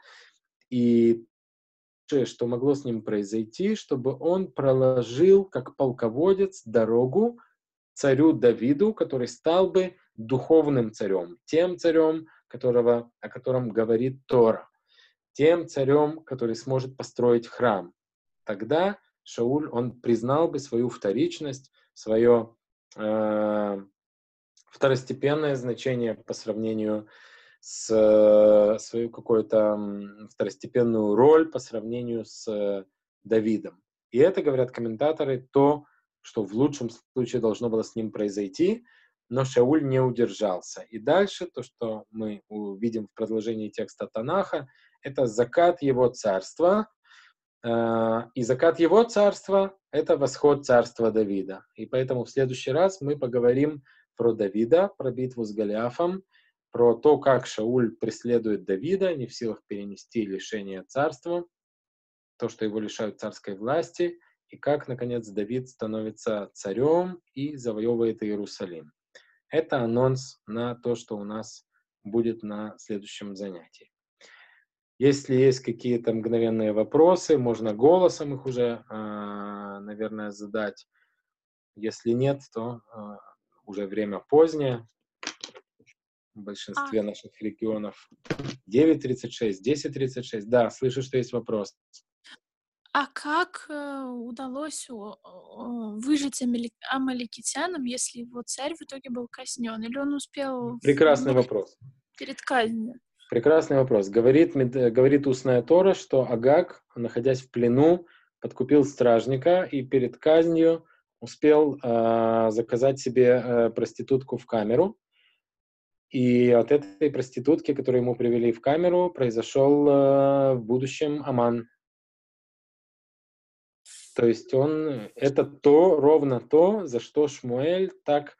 И что могло с ним произойти, чтобы он проложил, как полководец, дорогу царю Давиду, который стал бы духовным царем, тем царем, которого, о котором говорит Тора, тем царем, который сможет построить храм. Тогда Шауль, он признал бы свою вторичность, свое э, второстепенное значение по сравнению с э, свою какую-то м, второстепенную роль по сравнению с э, Давидом. И это, говорят комментаторы, то, что в лучшем случае должно было с ним произойти, но Шауль не удержался. И дальше то, что мы увидим в продолжении текста Танаха, это закат его царства. Э, И закат его царства — это восход царства Давида. И поэтому в следующий раз мы поговорим про Давида, про битву с Голиафом, про то, как Шауль преследует Давида, не в силах перенести лишение царства, то, что его лишают царской власти, и как, наконец, Давид становится царем и завоевывает Иерусалим. Это анонс на то, что у нас будет на следующем занятии. Если есть какие-то мгновенные вопросы, можно голосом их уже, наверное, задать. Если нет, то уже время позднее. В А, большинстве наших регионов девять тридцать шесть, десять тридцать шесть. Да, слышу, что есть вопрос. а как э, удалось о- о- выжить амали- амаликитянам, если его царь в итоге был казнен? Или он успел в- Прекрасный ну, вопрос. перед казнью? Прекрасный вопрос. Говорит, мед- э, говорит устная Тора, что Агаг, находясь в плену, подкупил стражника и перед казнью успел э, заказать себе э, проститутку в камеру. И от этой проститутки, которую ему привели в камеру, произошел э, в будущем Аман. То есть он, это то, ровно то, за что Шмуэль так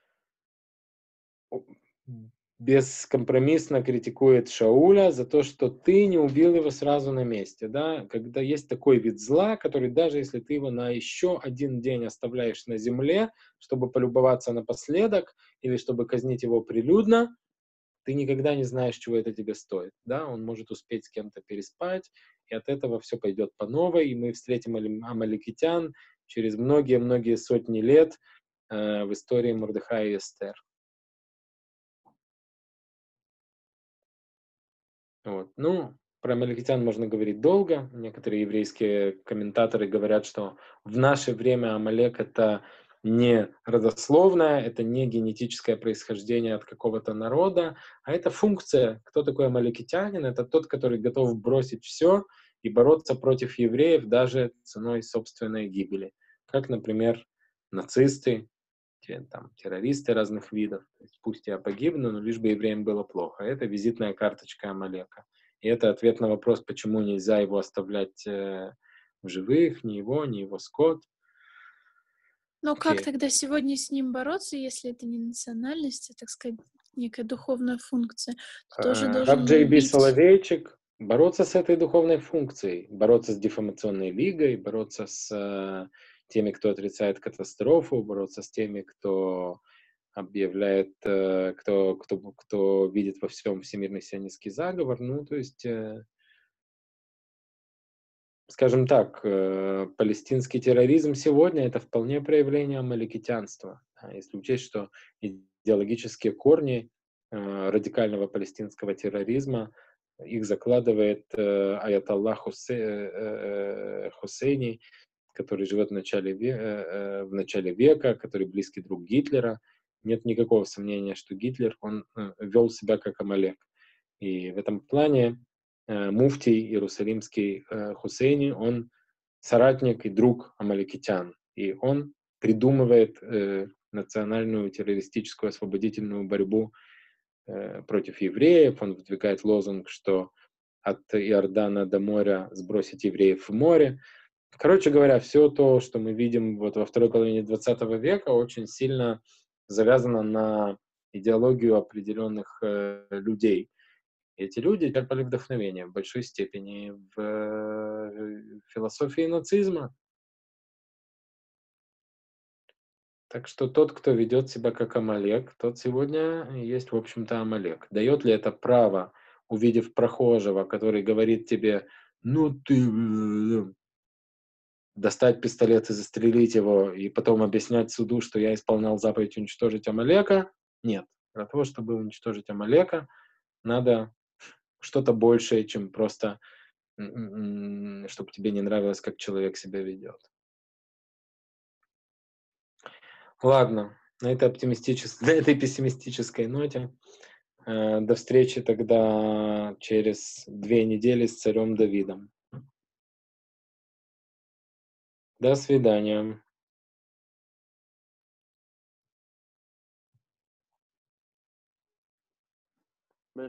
бескомпромиссно критикует Шауля, за то, что ты не убил его сразу на месте. Да? Когда есть такой вид зла, который даже если ты его на еще один день оставляешь на земле, чтобы полюбоваться напоследок или чтобы казнить его прилюдно, ты никогда не знаешь, чего это тебе стоит. Да? Он может успеть с кем-то переспать, и от этого все пойдет по новой, и мы встретим амаликитян через многие-многие сотни лет э, в истории Мордехая и Эстер. Вот. Ну, про амаликитян можно говорить долго. Некоторые еврейские комментаторы говорят, что в наше время Амалек — это не родословное, это не генетическое происхождение от какого-то народа, а это функция. Кто такой амаликитянин? Это тот, который готов бросить все и бороться против евреев даже ценой собственной гибели. Как, например, нацисты, те, там, террористы разных видов. То есть, пусть я погибну, но лишь бы евреям было плохо. Это визитная карточка Амалека. И это ответ на вопрос, почему нельзя его оставлять э, в живых, ни его, ни его скот. Но как Окей. тогда сегодня с ним бороться, если это не национальность, а, так сказать, некая духовная функция? Ты тоже Э, Раб должен Джей Би любить. Соловейчик, бороться с этой духовной функцией, бороться с дефамационной лигой, бороться с э, теми, кто отрицает катастрофу, бороться с теми, кто объявляет, э, кто, кто, кто видит во всем всемирный сионистский заговор. Ну, то есть, э, скажем так, э, палестинский терроризм сегодня — это вполне проявление амаликитянства. Да, если учесть, что идеологические корни э, радикального палестинского терроризма, их закладывает э, аятолла Хусе- э, э, Хусейни, который живет в начале, ве- э, э, в начале века, который близкий друг Гитлера. Нет никакого сомнения, что Гитлер, он э, вел себя как Амалек. И в этом плане э, муфтий иерусалимский э, Хусейни, он соратник и друг амаликитян. И он придумывает э, национальную террористическую освободительную борьбу э, против евреев. Он выдвигает лозунг, что от Иордана до моря сбросить евреев в море. Короче говоря, все то, что мы видим вот во второй половине двадцатого века, очень сильно завязано на идеологию определенных э, людей. И эти люди черпали вдохновение в большой степени в э, философии нацизма. Так что тот, кто ведет себя как Амалек, тот сегодня и есть, в общем-то, Амалек. Дает ли это право, увидев прохожего, который говорит тебе, ну ты, э, достать пистолет и застрелить его, и потом объяснять суду, что я исполнял заповедь уничтожить Амалека? Нет. Для того, чтобы уничтожить Амалека, надо что-то большее, чем просто, чтобы тебе не нравилось, как человек себя ведет. Ладно, на этой оптимистической, на этой пессимистической ноте э, до встречи тогда через две недели с царем Давидом. До свидания.